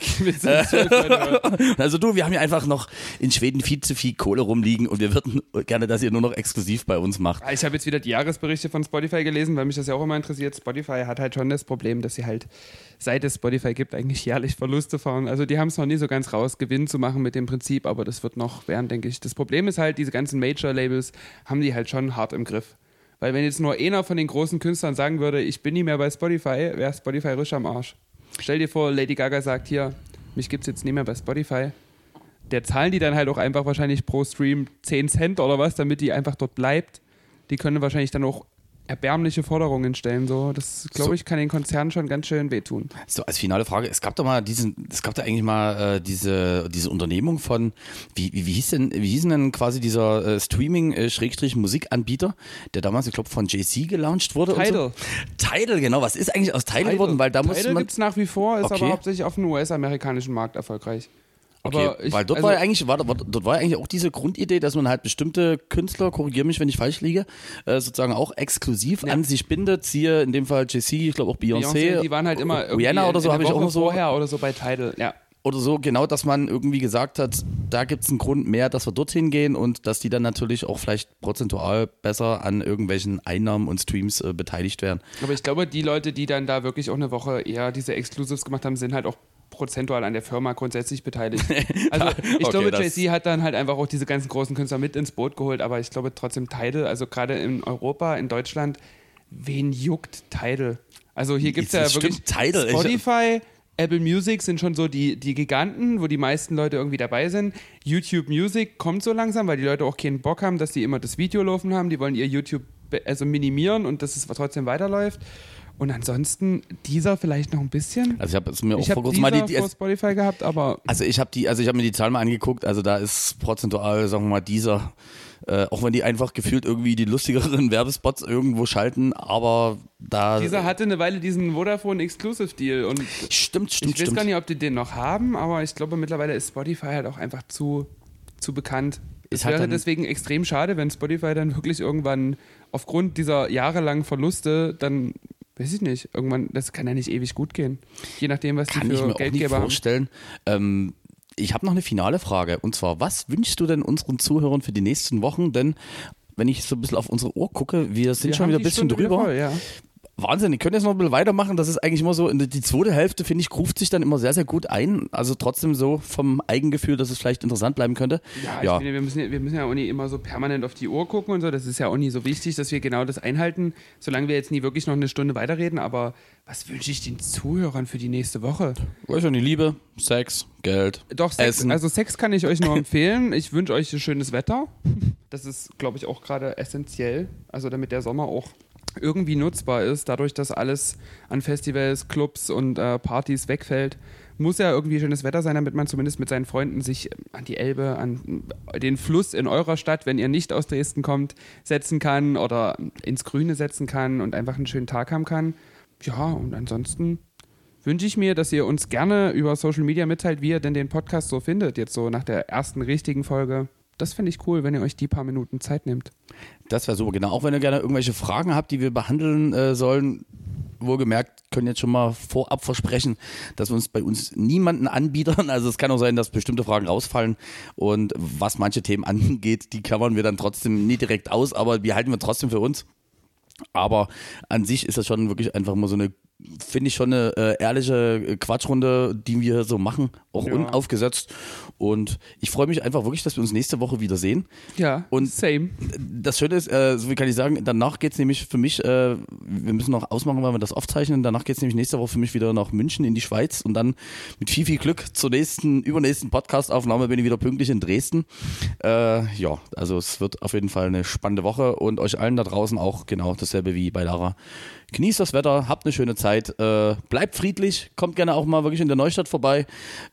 Also wir haben ja einfach noch in Schweden viel zu viel Kohle rumliegen und wir würden gerne, dass ihr nur noch exklusiv bei uns macht. Ich habe jetzt wieder die Jahresberichte von Spotify gelesen, weil mich das ja auch immer interessiert. Spotify hat halt schon das Problem, dass sie halt, seit es Spotify gibt, eigentlich jährlich Verluste fahren. Also die haben es noch nie so ganz raus, Gewinn zu machen mit dem Prinzip, aber das wird noch werden, denke ich. Das Problem ist halt, diese ganzen Major-Labels haben die halt schon hart im Griff. Weil wenn jetzt nur einer von den großen Künstlern sagen würde, ich bin nie mehr bei Spotify, wäre Spotify risch am Arsch. Stell dir vor, Lady Gaga sagt, hier, mich gibt's jetzt nicht mehr bei Spotify. Der zahlen die dann halt auch einfach wahrscheinlich pro Stream 10 Cent oder was, damit die einfach dort bleibt. Die können wahrscheinlich dann auch erbärmliche Forderungen stellen. So. Das, glaube ich, kann den Konzernen schon ganz schön wehtun. So, als finale Frage, es gab eigentlich mal diese Unternehmung von, wie hießen denn quasi dieser Streaming-Musikanbieter, der damals, ich glaube, von Jay-Z gelauncht wurde? Tidal. Und so? Tidal, genau. Was ist eigentlich aus Tidal geworden? Weil da Tidal gibt es nach wie vor, ist Okay. aber hauptsächlich auf dem US-amerikanischen Markt erfolgreich. Okay, Aber weil dort war ja eigentlich auch diese Grundidee, dass man halt bestimmte Künstler, korrigiere mich, wenn ich falsch liege, sozusagen auch exklusiv an sich bindet. Siehe in dem Fall Jay-Z, ich glaube auch Beyoncé. Die waren halt immer Rihanna oder so, habe ich auch noch so. Vorher oder so bei Tidal, ja. Oder so, genau, dass man irgendwie gesagt hat, da gibt es einen Grund mehr, dass wir dorthin gehen und dass die dann natürlich auch vielleicht prozentual besser an irgendwelchen Einnahmen und Streams beteiligt werden. Aber ich glaube, die Leute, die dann da wirklich auch eine Woche eher diese Exclusives gemacht haben, sind halt auch prozentual an der Firma grundsätzlich beteiligt. Also ich glaube, Jay-Z hat dann halt einfach auch diese ganzen großen Künstler mit ins Boot geholt, aber ich glaube trotzdem Tidal, also gerade in Europa, in Deutschland, wen juckt Tidal? Also hier gibt es ja wirklich Tidal, Spotify, Apple Music sind schon so die Giganten, wo die meisten Leute irgendwie dabei sind. YouTube Music kommt so langsam, weil die Leute auch keinen Bock haben, dass die immer das Video laufen haben. Die wollen ihr YouTube minimieren und dass es trotzdem weiterläuft. Und ansonsten Deezer vielleicht noch ein bisschen. Also ich habe es mir auch vor kurzem mal vor Spotify gehabt, aber also ich habe mir die Zahl mal angeguckt. Also da ist prozentual, sagen wir mal, Deezer, auch wenn die einfach gefühlt irgendwie die lustigeren Werbespots irgendwo schalten, aber da Deezer hatte eine Weile diesen Vodafone Exclusive Deal und stimmt. Ich weiß gar nicht, ob die den noch haben, aber ich glaube mittlerweile ist Spotify halt auch einfach zu bekannt. Es wäre deswegen extrem schade, wenn Spotify dann wirklich irgendwann aufgrund dieser jahrelangen Verluste dann, weiß ich nicht, irgendwann, das kann ja nicht ewig gut gehen. Je nachdem, was die für Geldgeber haben. Kann ich mir auch nicht vorstellen. Ich habe noch eine finale Frage und zwar, was wünschst du denn unseren Zuhörern für die nächsten Wochen? Denn wenn ich so ein bisschen auf unsere Uhr gucke, wir sind schon wieder ein bisschen drüber. Voll, ja. Wahnsinn, ich könnte jetzt noch ein bisschen weitermachen. Das ist eigentlich immer so, die zweite Hälfte, finde ich, ruft sich dann immer sehr, sehr gut ein. Also trotzdem so vom Eigengefühl, dass es vielleicht interessant bleiben könnte. Ja. Ich finde, wir müssen ja auch nie immer so permanent auf die Uhr gucken und so. Das ist ja auch nie so wichtig, dass wir genau das einhalten, solange wir jetzt nie wirklich noch eine Stunde weiterreden. Aber was wünsche ich den Zuhörern für die nächste Woche? Weiß schon, die Liebe, Sex, Geld, Doch, Sex. Essen. Also Sex kann ich euch nur empfehlen. Ich wünsche euch schönes Wetter. Das ist, glaube ich, auch gerade essentiell. Also damit der Sommer auch irgendwie nutzbar ist, dadurch, dass alles an Festivals, Clubs und Partys wegfällt, muss ja irgendwie schönes Wetter sein, damit man zumindest mit seinen Freunden sich an die Elbe, an den Fluss in eurer Stadt, wenn ihr nicht aus Dresden kommt, setzen kann oder ins Grüne setzen kann und einfach einen schönen Tag haben kann. Ja, und ansonsten wünsche ich mir, dass ihr uns gerne über Social Media mitteilt, wie ihr denn den Podcast so findet, jetzt so nach der ersten richtigen Folge. Das finde ich cool, wenn ihr euch die paar Minuten Zeit nehmt. Das wäre super, genau. Auch wenn ihr gerne irgendwelche Fragen habt, die wir behandeln sollen, wohlgemerkt, können jetzt schon mal vorab versprechen, dass wir uns bei uns niemanden anbiedern. Also es kann auch sein, dass bestimmte Fragen rausfallen und was manche Themen angeht, die klammern wir dann trotzdem nie direkt aus, aber die halten wir trotzdem für uns. Aber an sich ist das schon wirklich einfach mal so eine, finde ich schon eine ehrliche Quatschrunde, die wir so machen, auch unaufgesetzt. Und ich freue mich einfach wirklich, dass wir uns nächste Woche wiedersehen. Ja, und same. Das Schöne ist, so wie kann ich sagen, danach geht es nämlich für mich, wir müssen noch ausmachen, weil wir das aufzeichnen, danach geht es nämlich nächste Woche für mich wieder nach München in die Schweiz und dann mit viel, viel Glück zur übernächsten Podcast-Aufnahme bin ich wieder pünktlich in Dresden. Ja, also es wird auf jeden Fall eine spannende Woche und euch allen da draußen auch genau dasselbe wie bei Lara. Genießt das Wetter, habt eine schöne Zeit, bleibt friedlich, kommt gerne auch mal wirklich in der Neustadt vorbei.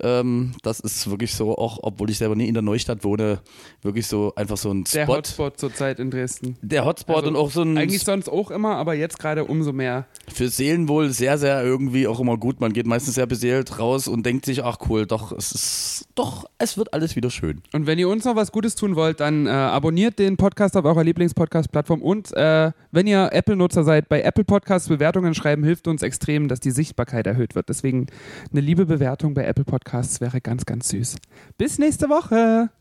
Das ist wirklich so, auch obwohl ich selber nie in der Neustadt wohne, wirklich so einfach so ein Spot. Der Hotspot zurzeit in Dresden. Der Hotspot also und auch so ein... Eigentlich sonst auch immer, aber jetzt gerade umso mehr. Für Seelenwohl sehr, sehr irgendwie auch immer gut. Man geht meistens sehr beseelt raus und denkt sich, ach cool, es wird alles wieder schön. Und wenn ihr uns noch was Gutes tun wollt, dann abonniert den Podcast auf eurer Lieblings-Podcast-Plattform und wenn ihr Apple-Nutzer seid, bei Apple Podcasts Bewertungen schreiben hilft uns extrem, dass die Sichtbarkeit erhöht wird. Deswegen eine liebe Bewertung bei Apple Podcasts wäre ganz, ganz süß. Bis nächste Woche!